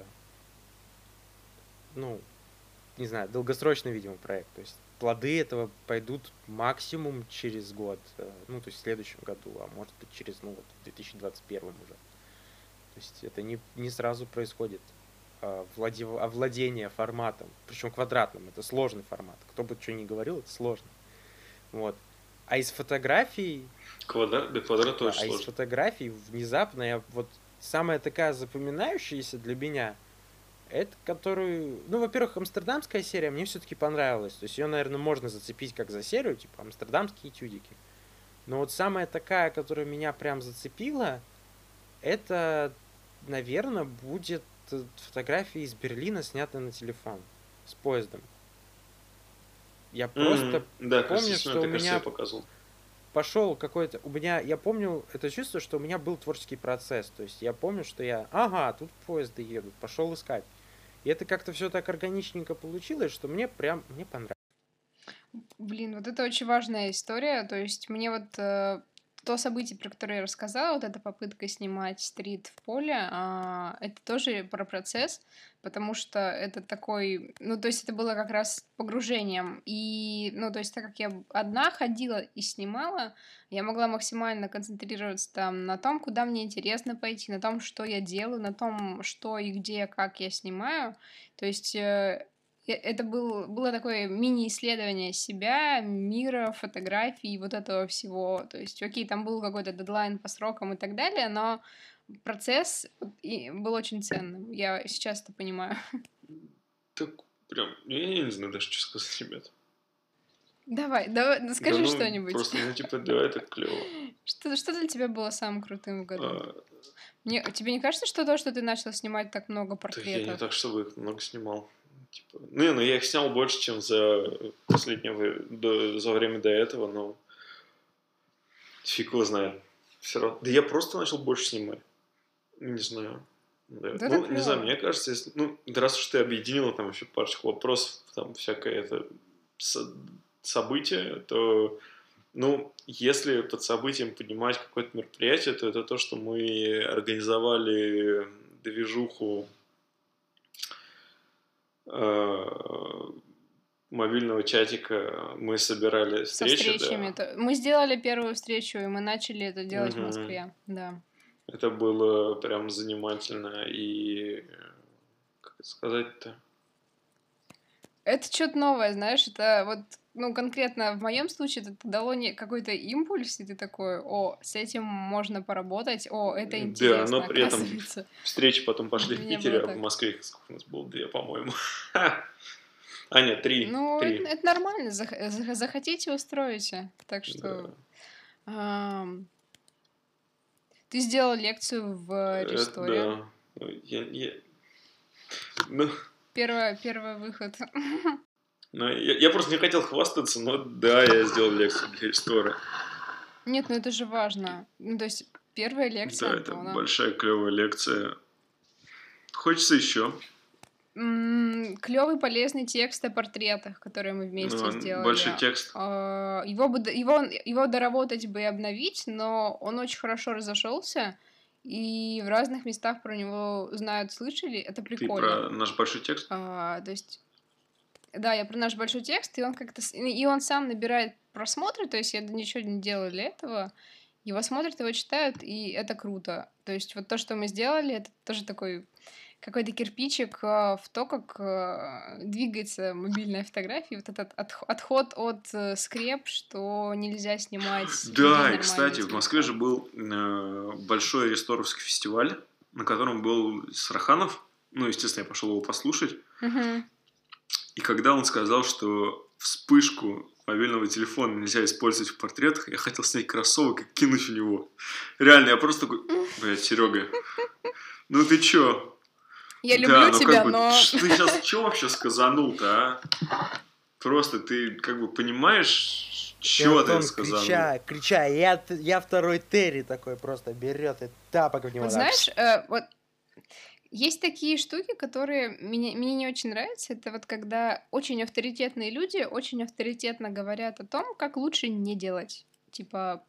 ну, не знаю, долгосрочный, видимо, проект. То есть плоды этого пойдут максимум через год, э, ну, то есть в следующем году, а может быть через, ну, вот, в две тысячи двадцать первом уже. То есть это не, не сразу происходит а, владе- овладение форматом, причем квадратным, это сложный формат. Кто бы что ни говорил, это сложно. Вот. А из фотографий, Квадрат, да, квадрат да, очень а из сложно. фотографий внезапно я вот самая такая запоминающаяся для меня, это которую, ну, во-первых, амстердамская серия мне все-таки понравилась. То есть ее, наверное, можно зацепить как за серию, типа амстердамские этюдики. Но вот самая такая, которая меня прям зацепила, это, наверное, будет э, фотография из Берлина, снятая на телефон с поездом. Я просто М, Да, кажется, помню, Семен, что у ты, кажется, я меня показывал. пошел какой-то... У меня, я помню это чувство, что у меня был творческий процесс. То есть я помню, что я... Ага, тут поезды едут, пошел искать. И это как-то все так органичненько получилось, что мне прям... Мне понравилось. Блин, вот это очень важная история. То есть мне вот э, то событие, про которое я рассказала, вот эта попытка снимать стрит в поле, а, это тоже про процесс, потому что это такой, ну, то есть это было как раз погружением. И, ну, то есть так как я одна ходила и снимала, я могла максимально концентрироваться там на том, куда мне интересно пойти, на том, что я делаю, на том, что и где, как я снимаю. То есть э, Э, это был было такое мини-исследование себя, мира, фотографий и вот этого всего. То есть, окей, там был какой-то дедлайн по срокам и так далее, но процесс вот и был очень ценным. Я сейчас это понимаю. Так, прям, я не знаю даже, что сказать, ребят. Давай, давай, ну Да скажи ну, что-нибудь. просто, ну, типа, да, это клево. Что, что для тебя было самым крутым в году? А, Мне, тебе не кажется, что то, что ты начал снимать так много да я не портретов? так, чтобы их много снимал. Типа, ну, не, ну, я их снял больше, чем за последнее, вре- до- за время до этого, но фиг его знает. Все равно. Да я просто начал больше снимать. Не знаю. Да. Да, Ну, это не знаю, клево. мне кажется, если, ну, да раз уж ты объединила там еще парочку вопросов, там всякое это со- событие, то, ну, если под событием понимать какое-то мероприятие, то это то, что мы организовали движуху э, мобильного чатика, мы собирали Со встречи, встречами. да. то- Мы сделали первую встречу, и мы начали это делать в Мгм. Москве. Да. Это было прям занимательно и, как это сказать-то, Это что-то новое, знаешь, это вот, ну, конкретно в моем случае это дало не какой-то импульс, и ты такой, о, с этим можно поработать, о, это да, но интересно, при этом оказывается. встречи потом пошли Для в меня было Питере, а в так. Москве сколько у нас было? Две, по-моему. А, нет, три. Ну, это, Три. это нормально, зах- зах- захотите, устроите. Так Да. что ам, ты сделал лекцию в Это Ресторе. да. Ну, я, я- ну, Первый, первый выход. ну, я, я просто не хотел хвастаться, но да, я сделал лекцию для истории. Нет, ну это же важно. Ну, то есть первая Да, лекция это Антона. большая клевая лекция. Хочется еще. Клевый полезный текст о портретах, которые мы вместе Ну, большой сделали. текст. А, Его, бы д- его, его доработать бы и обновить, но он очень хорошо разошелся, и в разных местах про него знают, слышали. Это Ты прикольно. про наш большой текст? А, то есть, да, я про наш большой текст, и он как-то... с- И он сам набирает просмотры, то есть я ничего не делаю для этого. Его смотрят, его читают, и это круто. То есть вот то, что мы сделали, это тоже такой какой-то кирпичик а, в то, как а, двигается мобильная фотография. Вот этот отх- отход от э, скреп, что нельзя снимать без Да, и, нормального кстати, в Москве же телефона. был э, большой ресторовский фестиваль, на котором был Сараханов. Ну, естественно, я пошел его послушать. Мгм. И когда он сказал, что вспышку мобильного телефона нельзя использовать в портретах, я хотел снять кроссовок и кинуть в него. Реально, я просто такой, блядь, Серега, ну ты чё? Я Да, люблю ну тебя, как бы, но... ш- ты сейчас чё вообще сказанул-то, а? Просто ты как бы понимаешь, И чё ты Антон, сказанул? крича, крича, я, т- я второй Терри такой просто берет и тапок в него Вот так. знаешь, э, вот есть такие штуки, которые мне, мне не очень нравятся. Это вот когда очень авторитетные люди очень авторитетно говорят о том, как лучше не делать. Типа,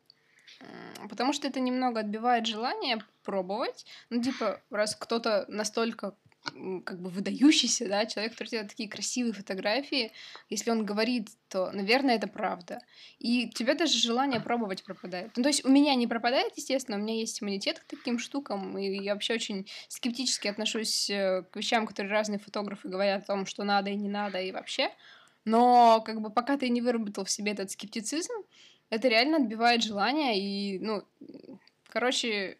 м, потому что это немного отбивает желание пробовать. Ну, типа, раз кто-то настолько м, как бы выдающийся, да, человек, который делает такие красивые фотографии, если он говорит, то, наверное, это правда. И у тебя даже желание пробовать пропадает. Ну, то есть у меня не пропадает, естественно, у меня есть иммунитет к таким штукам, и я вообще очень скептически отношусь э, к вещам, которые разные фотографы говорят о том, что надо и не надо, и вообще. Но как бы пока ты не выработал в себе этот скептицизм, это реально отбивает желание, и, ну, короче,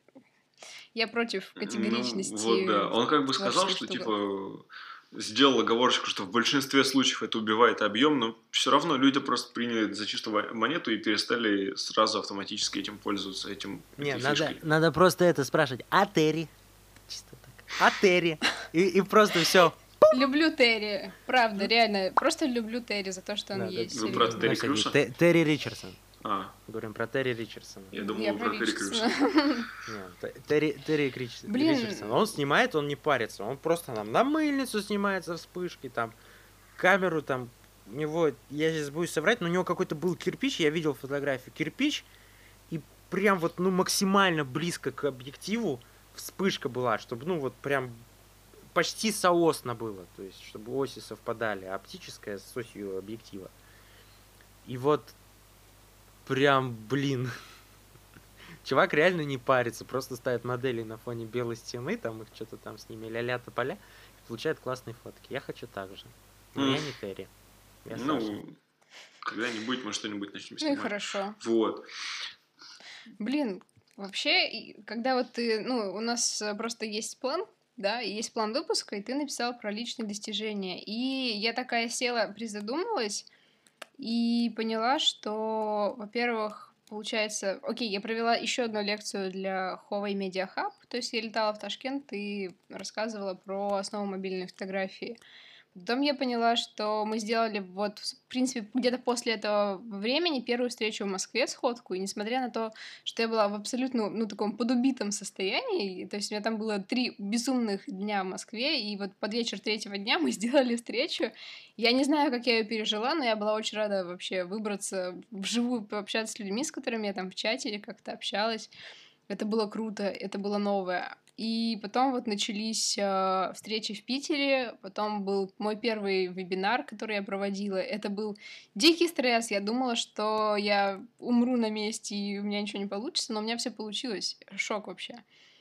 я против Ну, вот категоричности да. Он как бы в сказал, творческих что штуках. типа сделал оговорочку, что в большинстве случаев это убивает объем, но все равно люди просто приняли это за чистую монету и перестали сразу автоматически этим пользоваться, этим, Не, этой надо, фишкой. надо просто это спрашивать. А Терри? Чисто так. А Терри? И, и просто все. Люблю Терри, правда, реально. Просто люблю Терри за то, что он Да, да, есть, Вы про серьезно. Терри на всякий. Крюса? Те- Терри Ричардсон. А, Говорим про Терри Ричардсона. я думал, Я вы про про Терри Ричардсона. Крюса. Не, Т- Терри, Терри Крич- Блин. Ричардсон. Он снимает, он не парится. Он просто там на мыльницу снимается вспышки, там камеру там. У него, я сейчас буду соврать, но у него какой-то был кирпич, я видел фотографию. Кирпич, и прям вот, ну, максимально близко к объективу вспышка была, чтобы, ну, вот прям почти соосно было. То есть, чтобы оси совпадали, а оптическая с осью объектива. И вот прям, блин, чувак реально не парится, просто ставит модели на фоне белой стены, там их что-то там с ними ля-ля тополя, и получает классные фотки. Я хочу так же. Но М. я не Терри. Я Саша. Ну, когда-нибудь мы что-нибудь начнем Ну и снимать. хорошо. Вот. Блин, вообще, и когда вот ты, ну, у нас э, просто есть план, да, и есть план выпуска, и ты написал про личные достижения. И я такая села, призадумалась, и поняла, что, во-первых, получается, окей, я провела еще одну лекцию для Huawei Media Hub, то есть я летала в Ташкент и рассказывала про основу мобильной фотографии, Потом я поняла, что мы сделали вот, в принципе, где-то после этого времени первую встречу в Москве, сходку, и несмотря на то, что я была в абсолютно, ну, таком подубитом состоянии, то есть у меня там было три безумных дня в Москве, и вот под вечер третьего дня мы сделали встречу. Я не знаю, как я ее пережила, но я была очень рада вообще выбраться вживую, пообщаться с людьми, с которыми я там в чате или как-то общалась. Это было круто, это было новое. И потом вот начались э, встречи в Питере, потом был мой первый вебинар, который я проводила. Это был дикий стресс. Я думала, что я умру на месте и у меня ничего не получится, но у меня все получилось. Шок вообще.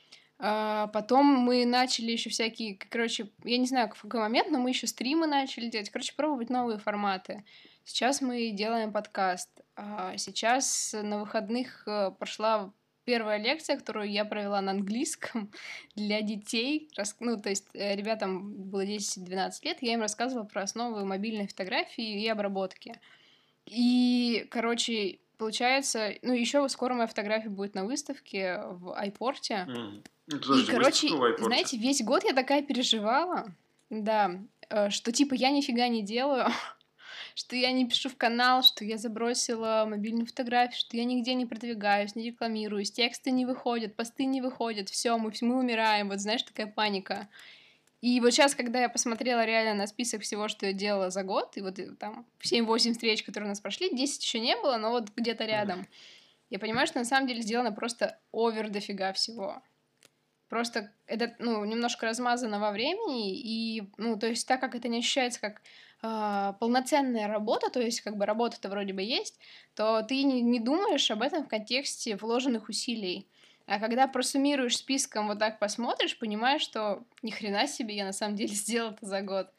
А, потом мы начали еще всякие, короче, я не знаю, в какой момент, но мы еще стримы начали делать. Короче, пробовать новые форматы. Сейчас мы делаем подкаст. А сейчас на выходных э, прошла первая лекция, которую я провела на английском для детей. Рас... Ну, то есть э, ребятам было десять-двенадцать лет, я им рассказывала про основы мобильной фотографии и обработки. И, короче, получается, ну, еще скоро моя фотография будет на выставке в Айпорте. Mm. И, короче, знаете, весь год я такая переживала, да, э, что, типа, я нифига не делаю, что я не пишу в канал, что я забросила мобильную фотографию, что я нигде не продвигаюсь, не рекламируюсь, тексты не выходят, посты не выходят, все, мы, мы умираем, вот знаешь, такая паника. И вот сейчас, когда я посмотрела реально на список всего, что я делала за год, и вот там семь-восемь встреч, которые у нас прошли, десять еще не было, но вот где-то рядом, я понимаю, что на самом деле сделано просто овер дофига всего. Просто это, ну, немножко размазано во времени, и, ну, то есть так как это не ощущается как э, полноценная работа, то есть как бы работа-то вроде бы есть, то ты не, не думаешь об этом в контексте вложенных усилий. А когда просуммируешь списком, вот так посмотришь, понимаешь, что ни хрена себе я на самом деле сделала это за год.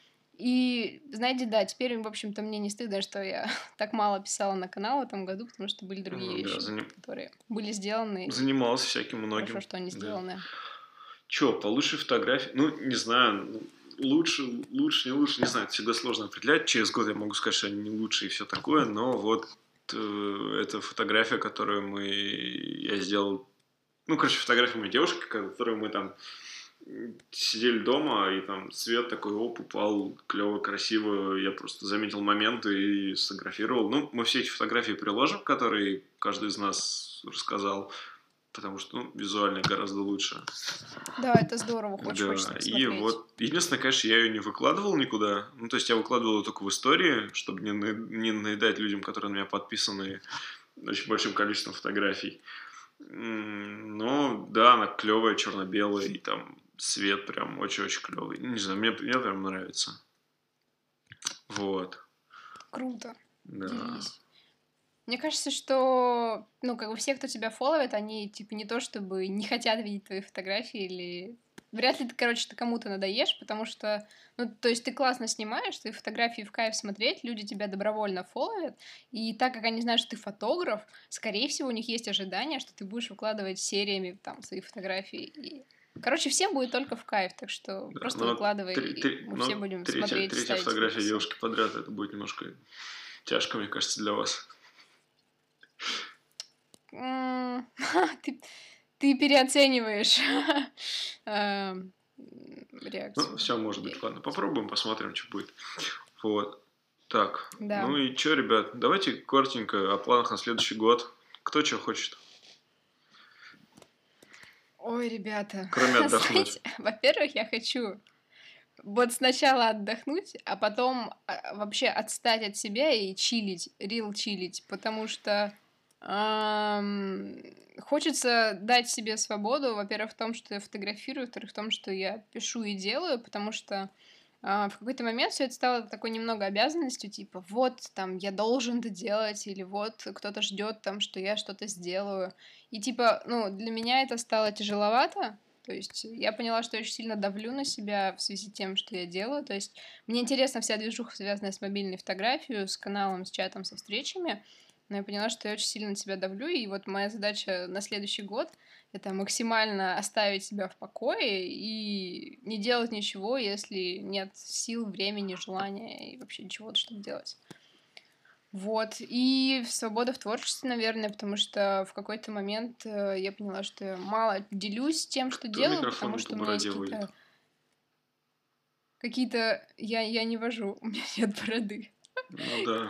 И, знаете, да, теперь, в общем-то, мне не стыдно, что я так мало писала на канал в этом году, потому что были другие Ну, да, вещи, заним... которые были сделаны. Занимался всяким многим. Хорошо, что они сделаны. Да. Чё, по лучшей фотографии? Ну, не знаю, лучше, лучше, не лучше, не знаю, это всегда сложно определять. Через год я могу сказать, что они не лучше и все такое, но вот э, эта фотография, которую мы, я сделал, ну, короче, фотография моей девушки, которую мы там сидели дома, и там свет такой, оп, упал, клево, красиво, я просто заметил момент и сфотографировал. Ну, мы все эти фотографии приложим, которые каждый из нас рассказал, потому что, ну, визуально гораздо лучше. Да, это здорово, очень да, хочется посмотреть. И вот, единственное, конечно, я ее не выкладывал никуда, ну, то есть я выкладывал ее только в истории, чтобы не, на... не наедать людям, которые на меня подписаны, очень большим количеством фотографий. Но, да, она клевая, черно-белая, и там свет прям очень-очень клевый. Не знаю, мне, мне прям нравится. Вот. Круто. Да. Делись. Мне кажется, что, ну, как бы все, кто тебя фолловит, они, типа, не то чтобы не хотят видеть твои фотографии или... Вряд ли ты, короче, ты кому-то надоешь, потому что, ну, то есть ты классно снимаешь, твои фотографии в кайф смотреть, люди тебя добровольно фолловят, и так как они знают, что ты фотограф, скорее всего, у них есть ожидание, что ты будешь выкладывать сериями, там, свои фотографии, и... Короче, всем будет только в кайф, так что да, просто выкладывай, три, и три, мы все будем третья, смотреть. Третья фотография девушки подряд, это будет немножко тяжко, мне кажется, для вас. ты, ты переоцениваешь реакцию. Ну, все может быть, ладно, попробуем, посмотрим, что будет. Вот. Так, да. Ну и что, ребят, давайте коротенько о планах на следующий год. Кто что хочет? Ой, ребята. Кроме отдохнуть. Знаете, во-первых, я хочу вот сначала отдохнуть, а потом вообще отстать от себя и чилить, рил чилить, потому что эм, хочется дать себе свободу, во-первых, в том, что я фотографирую, во-вторых, в том, что я пишу и делаю, потому что э, в какой-то момент все это стало такой немного обязанностью, типа вот там я должен это делать, или вот кто-то ждет там, что я что-то сделаю. И типа, ну, для меня это стало тяжеловато, то есть я поняла, что я очень сильно давлю на себя в связи с тем, что я делаю, то есть мне интересна вся движуха, связанная с мобильной фотографией, с каналом, с чатом, со встречами, но я поняла, что я очень сильно на себя давлю, и вот моя задача на следующий год — это максимально оставить себя в покое и не делать ничего, если нет сил, времени, желания и вообще чего-то, чтобы делать. Вот, и свобода в творчестве, наверное, потому что в какой-то момент э, я поняла, что я мало делюсь тем, что Кто делаю, потому что у меня есть будет? какие-то... Какие-то... Я, я не вожу, у меня нет бороды. Ну да.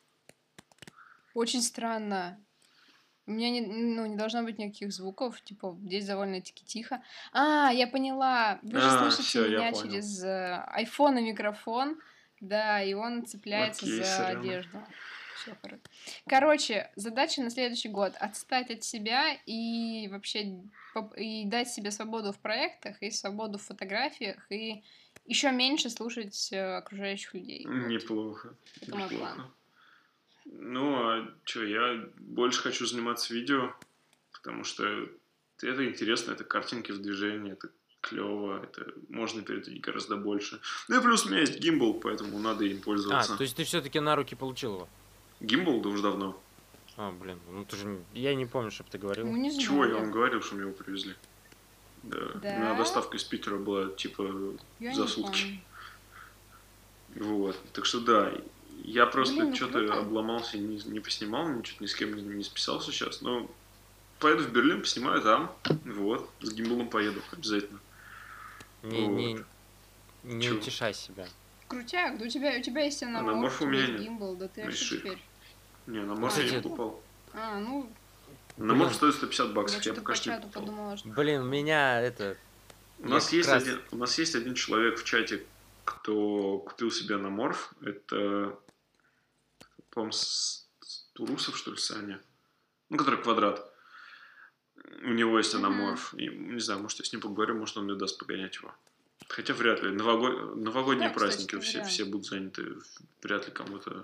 Очень странно. У меня не, ну, не должно быть никаких звуков, типа, здесь довольно-таки тихо. А, я поняла, вы же А, слышите все, я меня понял. через э, iPhone и микрофон, да, и он цепляется Окей, за сорян. одежду. Все хорошо. Короче, задача на следующий год — отстать от себя и вообще поп- и дать себе свободу в проектах, и свободу в фотографиях, и еще меньше слушать э, окружающих людей. Вот. Неплохо, Это мой план. неплохо. Ну, а что, я больше хочу заниматься видео, потому что это интересно, это картинки в движении, это клево, это можно передать гораздо больше. Ну и плюс у меня есть гимбал, поэтому надо им А, пользоваться. то есть ты все-таки на руки получил его? Гимбал, да уж давно. А, блин, ну ты же... Я не помню, чтобы ты говорил. Ну, не Чего, я знаю. вам говорил, что мне его привезли. Да. Да? У меня доставка из Питера была, типа, Я за не сутки. помню. Вот. Так что да, я просто Блин, ну что-то круто. обломался, не, не поснимал, ничего, ни с кем не, не списался сейчас. Но поеду в Берлин, поснимаю там. Вот. С гимбалом поеду обязательно. Не, не, Вот. не Чё? утешай себя. Крутяк, да у тебя, у тебя есть А анаморф, анаморфа у у тебя меня есть нет. гимбал, да ты Ну и вообще шик. теперь... Не, на А, морф я не Кстати, покупал. а, ну, На морф Блин, стоит сто пятьдесят я баксов, я что-то пока по что не чату покупал. подумала, что... блин, у меня это... У Я нас, как есть раз... один, у нас есть один человек в чате, кто купил себе анаморф. Это, по-моему, с- с Турусов, что ли, Саня. Ну, который квадрат. У него есть Мгм. анаморф. И, не знаю, может, я с ним поговорю, может, он мне даст погонять его. Хотя вряд ли. Нового- Новогодние Да, кстати, праздники это все, вариант. все будут заняты. Вряд ли кому-то...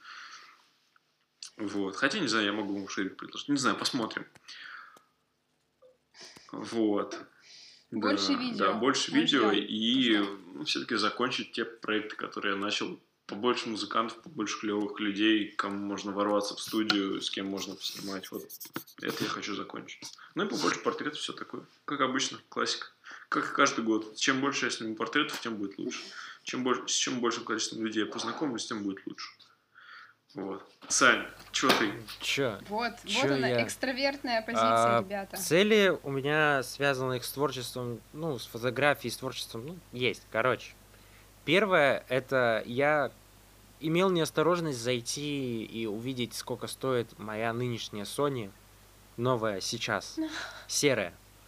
Вот. Хотя, не знаю, я могу ему ширик предложить. Не знаю, посмотрим. Вот. Больше Да, да, видео. больше Мы видео ждем. и Ждем. ну, все-таки закончить те проекты, которые я начал. Побольше музыкантов, побольше клевых людей, кому можно ворваться в студию, с кем можно поснимать. Вот это я хочу закончить. Ну и побольше портретов, все такое. Как обычно, классика. Как и каждый год. Чем больше я сниму портретов, тем будет лучше. Чем больше, с чем большим количеством людей я познакомлюсь, тем будет лучше. Вот. Сань, чё ты? Чё? Вот, Чё вот она, я? экстравертная позиция, А, ребята. цели у меня, связанных с творчеством, ну, с фотографией, с творчеством, ну, есть. Короче, первое, это я имел неосторожность зайти и увидеть, сколько стоит моя нынешняя Sony, новая сейчас, серая.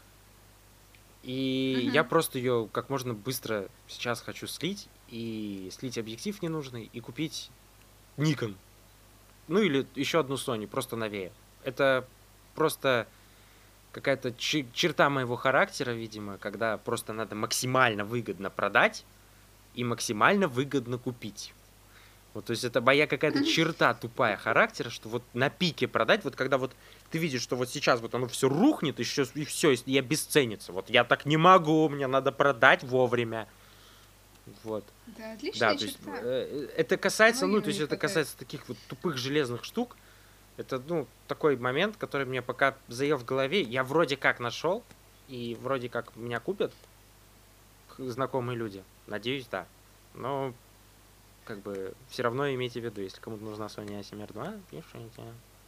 И я Мгм. просто ее как можно быстро сейчас хочу слить, и слить объектив ненужный, и купить Nikon. Ну или еще одну Sony, просто новее. Это просто какая-то чи- черта моего характера, видимо, когда просто надо максимально выгодно продать и максимально выгодно купить. Вот, то есть это моя какая-то черта тупая характера, что вот на пике продать, вот когда вот ты видишь, что вот сейчас вот оно все рухнет, и все, и все, и обесценится. Вот я так не могу, мне надо продать вовремя. Вот. Да, Да, отличная то есть черта. э, это касается, ну, Многим то есть не это хватает. касается таких вот тупых железных штук. Это, ну, такой момент, который мне пока заел в голове. Я вроде как нашел, и вроде как меня купят х- знакомые люди. Надеюсь, да. Но, как бы, все равно имейте в виду, если кому-то нужна Sony а семь эр два, пишите.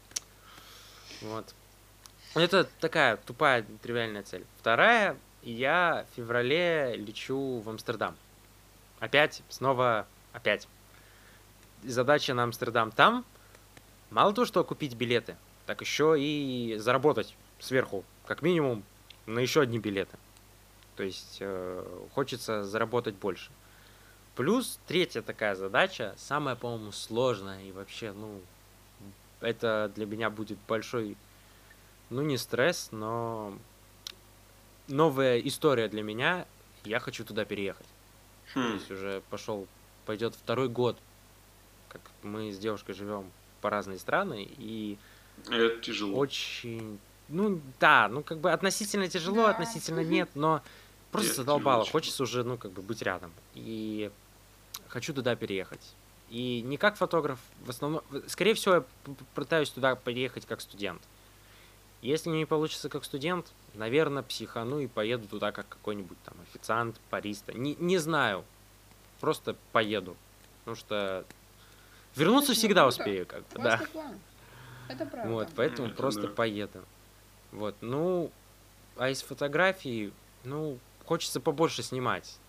Вот. Это такая тупая, тривиальная цель. Вторая, я в феврале лечу в Амстердам. Опять, снова, опять. Задача на Амстердам там. Мало того, что купить билеты, так еще и заработать сверху, как минимум, на еще одни билеты. То есть э, хочется заработать больше. Плюс третья такая задача, самая, по-моему, сложная и вообще, ну, это для меня будет большой, ну, не стресс, но новая история для меня. Я хочу туда переехать. То Хм. есть уже пошел, пойдет второй год, как мы с девушкой живем по разные страны, и Это тяжело. очень, ну да, ну как бы относительно тяжело, Да. относительно нет, но просто Это задолбало, тяжело, хочется уже, ну как бы быть рядом. И хочу туда переехать. И не как фотограф, в основном, в- скорее всего, я п- п- пытаюсь туда переехать как студент. Если не получится как студент, наверное, психану и поеду туда как какой-нибудь там официант, бариста. Не, не знаю, просто поеду. Потому что вернуться Слушай, ну всегда круто. успею, как бы, да. Классный план. Это правда. Вот, поэтому Это просто да. поеду. Вот, ну, а из фотографий, ну, хочется побольше снимать.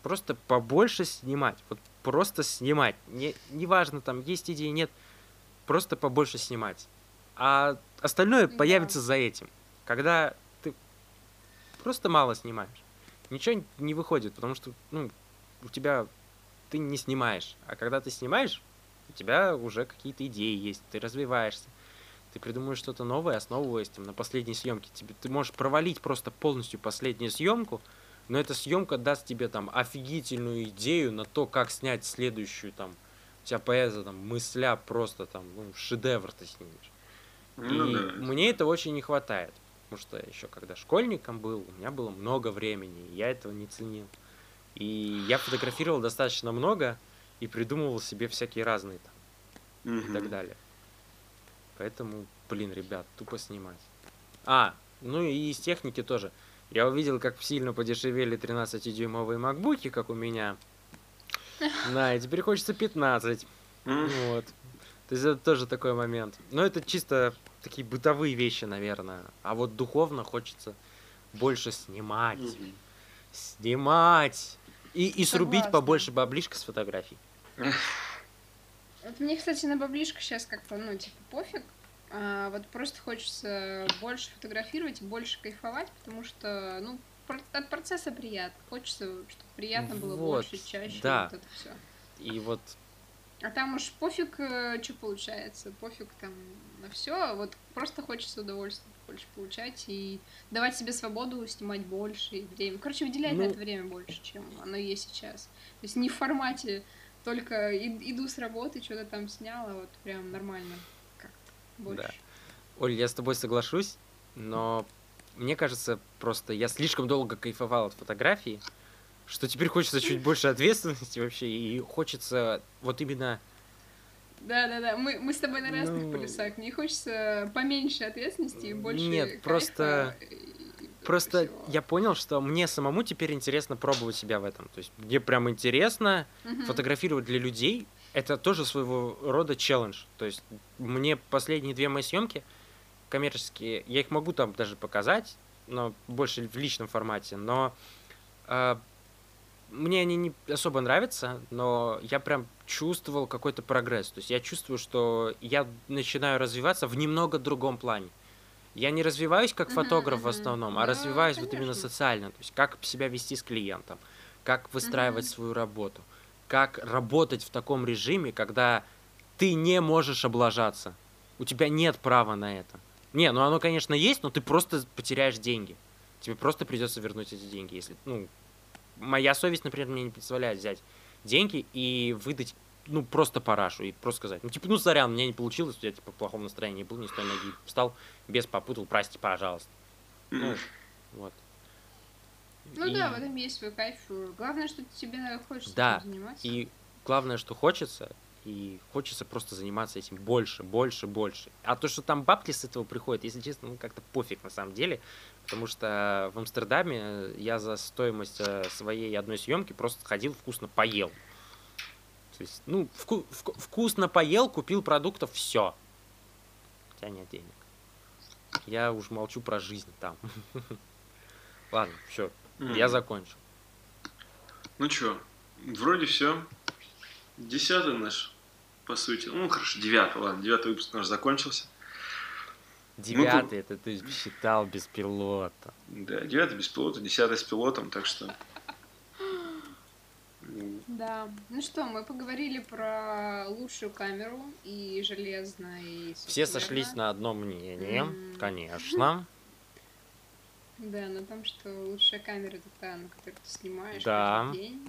Просто побольше снимать. Вот просто снимать. Не, неважно, там есть идеи, нет. Просто побольше снимать. А остальное Да. появится за этим. Когда ты просто мало снимаешь. Ничего не выходит, потому что ну, у тебя ты не снимаешь. А когда ты снимаешь, у тебя уже какие-то идеи есть, ты развиваешься. Ты придумаешь что-то новое, основываясь там, на последней съемке. Тебе, ты можешь провалить просто полностью последнюю съемку, но эта съемка даст тебе там офигительную идею на то, как снять следующую там. У тебя появится там мысля просто там, ну, шедевр ты снимешь. Ну И да. мне это очень не хватает. Потому что еще когда школьником был, у меня было много времени, и я этого не ценил. И я фотографировал достаточно много и придумывал себе всякие разные там и так Мгм. далее. Поэтому, блин, ребят, тупо снимать. А, ну и из техники тоже. Я увидел, как сильно подешевели тринадцатидюймовые макбуки, как у меня. Да, и теперь хочется пятнадцать. М. Вот. То есть это тоже такой момент. Но это чисто такие бытовые вещи, наверное. А вот духовно хочется больше снимать. Мгм. Снимать. И, и срубить Согласна. побольше баблишка с фотографий. Вот мне, кстати, на баблишко сейчас как-то, ну, типа, пофиг. А, вот просто хочется больше фотографировать и больше кайфовать, потому что, ну, про- от процесса приятно. Хочется, чтобы приятно было Вот, больше, чаще, да. вот это все. И вот, А там уж пофиг, что получается, пофиг там на все. Вот просто хочется удовольствие больше получать и давать себе свободу, снимать больше и время. Короче, выделять на ну, это время больше, чем оно есть сейчас. То есть не в формате только и- иду с работы, что-то там сняла, вот прям нормально как-то больше. да. Оль, я с тобой соглашусь, но мне кажется, просто я слишком долго кайфовал от фотографии, что теперь хочется чуть больше ответственности вообще, и хочется вот именно... Да-да-да, мы, мы с тобой на разных Ну, полюсах. Мне хочется поменьше ответственности и больше нет, кайфа просто... и вот этого Просто всего. я понял, что мне самому теперь интересно пробовать себя в этом. То есть мне прям интересно Мгм. фотографировать для людей. Это тоже своего рода челлендж. То есть мне последние две мои съемки коммерческие, я их могу там даже показать, но больше в личном формате. Но э, мне они не особо нравятся, но я прям чувствовал какой-то прогресс. То есть я чувствую, что я начинаю развиваться в немного другом плане. Я не развиваюсь как Мгм, фотограф в мгм. основном, а Да, развиваюсь вот именно конечно. социально. То есть как себя вести с клиентом, как выстраивать Мгм. свою работу, как работать в таком режиме, когда ты не можешь облажаться. У тебя нет права на это. Не, ну оно, конечно, есть, но ты просто потеряешь деньги. Тебе просто придется вернуть эти деньги, если, ну, моя совесть, например, мне не позволяет взять деньги и выдать, ну, просто парашу, и просто сказать, ну, типа, ну, сорян, у меня не получилось, я, типа, в плохом настроении был, не с той ноги встал, без попутал, прости, пожалуйста. Ну, М. вот. Ну да, в И, этом есть свой кайф. Главное, что тебе хочется да, этим заниматься. и главное, что хочется, и хочется просто заниматься этим больше, больше, больше. А то, что там бабки с этого приходят, если честно, ну, как-то пофиг на самом деле, потому что в Амстердаме я за стоимость э, своей одной съемки просто ходил, вкусно поел. То есть, ну, вку- вку- вкусно поел, купил продуктов, все. У тебя нет денег. Я уж молчу про жизнь там. Ладно, все, я М. закончил. Ну чё, вроде все. Десятый наш, по сути. Ну, хорошо, девятый, ладно, девятый выпуск наш закончился. Мы по- Девятый, это ты считал без пилота. Да, девятый без пилота, десятый с пилотом, так что... м, Да. Ну что, мы поговорили про лучшую камеру и железно, и Все сошлись софтверно. на одном мнении, М, конечно. Да, на том, что лучшая камера это та, на которой ты снимаешь Да. каждый день.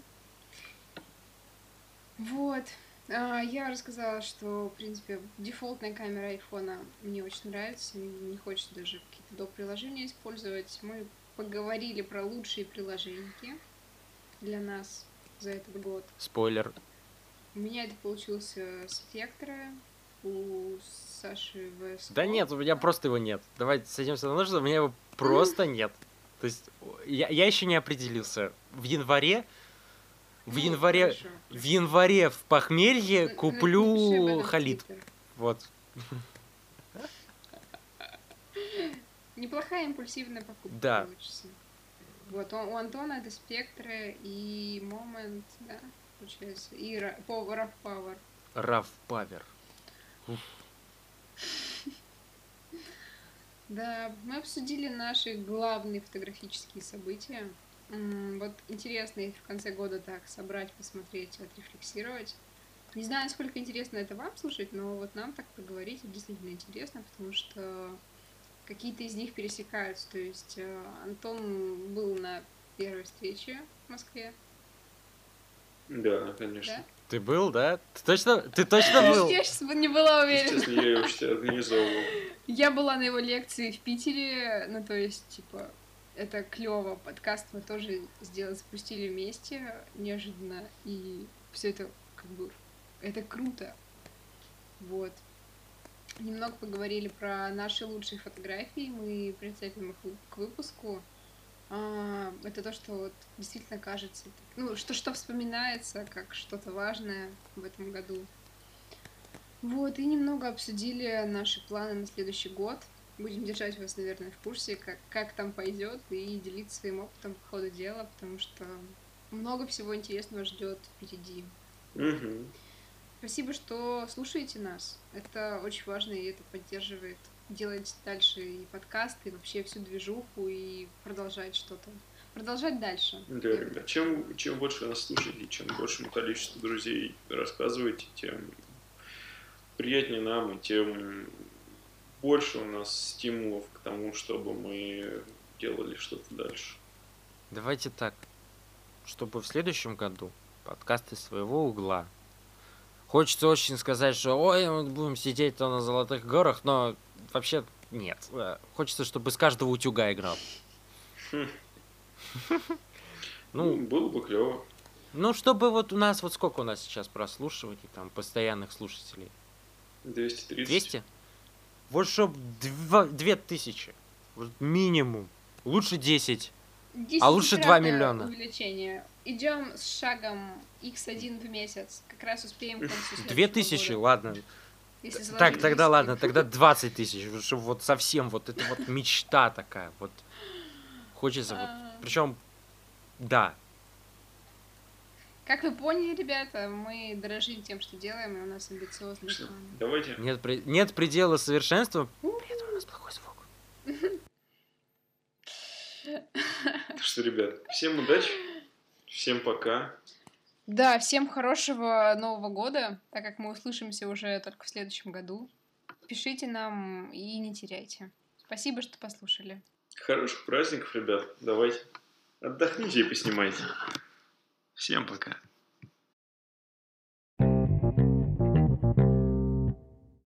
Вот. А, Я рассказала, что, в принципе, дефолтная камера айфона мне очень нравится. Мне не хочется даже какие-то доп. Приложения использовать. Мы поговорили про лучшие приложения для нас за этот год. Спойлер. У меня это получился с Вектора, у Саши ВС Да нет, у меня просто его нет. Давайте сойдемся на то, что у меня его просто нет. То есть я, я еще не определился. В январе, в Ну, январе, хорошо. в январе в похмелье Н- напиши об куплю этом в Халид. Твиттер. Вот. Неплохая импульсивная покупка Да. получится. Вот, у, у Антона это спектры и момент, да, получается, и Ra- Pow- Rough Power. Раф Павер. Да, мы обсудили наши главные фотографические события. М, Вот интересно их в конце года так собрать, посмотреть, отрефлексировать. Не знаю, насколько интересно это вам слушать, но вот нам так поговорить действительно интересно, потому что какие-то из них пересекаются. То есть э, Антон был на первой встрече в Москве, Да, конечно. да? Ты был, да? Ты точно, ты точно Я был? сейчас не была уверена. Естественно, я его все организовывал. Я была на его лекции в Питере, ну то есть, типа, это клево. Подкаст мы тоже сделали, запустили вместе неожиданно, и все это как бы это круто. Вот. Немного поговорили про наши лучшие фотографии, мы прицепим их вы- к выпуску. А, это то, что вот действительно кажется, ну, что, что вспоминается как что-то важное в этом году. Вот, и немного обсудили наши планы на следующий год. Будем держать вас, наверное, в курсе, как, как там пойдет, и делиться своим опытом по ходу дела, потому что много всего интересного ждет впереди. Мгм. Спасибо, что слушаете нас. Это очень важно, и это поддерживает делать дальше и подкасты, и вообще всю движуху, и продолжать что-то. Продолжать дальше. Да, ребят, чем, чем больше вы нас слушаете, чем большему количеству друзей рассказываете, тем приятнее нам, и тем больше у нас стимулов к тому, чтобы мы делали что-то дальше. Давайте так, чтобы в следующем году подкасты своего угла. Хочется очень сказать, что ой, мы будем сидеть там на Золотых горах, но вообще нет. Э, Хочется, чтобы из каждого утюга играл. Хм. Ну, Ну, было бы клево. ну, чтобы вот у нас, вот сколько у нас сейчас прослушиваний, там, постоянных слушателей? двести тридцать. двести? Вот чтоб два- две тысячи. Вот минимум. Лучше десять. А лучше два Десятикратное миллиона. увеличение. Идем с шагом икс один в месяц. Как раз успеем к концу следующего Две тысячи, года. ладно. Если Так, заложить тогда риски. ладно, тогда двадцать тысяч. Вот Чтобы вот совсем, вот это вот мечта такая. Вот хочется вот. А, Причем, да. Как вы поняли, ребята, мы дорожим тем, что делаем, и у нас амбициозные Что, планы. давайте. Нет, при- нет предела совершенства. При этом у нас плохой звук. Так что, ребят, всем удачи, всем пока. Да, всем хорошего Нового года, так как мы услышимся уже только в следующем году. Пишите нам и не теряйте. Спасибо, что послушали. Хороших праздников, ребят. Давайте отдохните и поснимайте. Всем пока.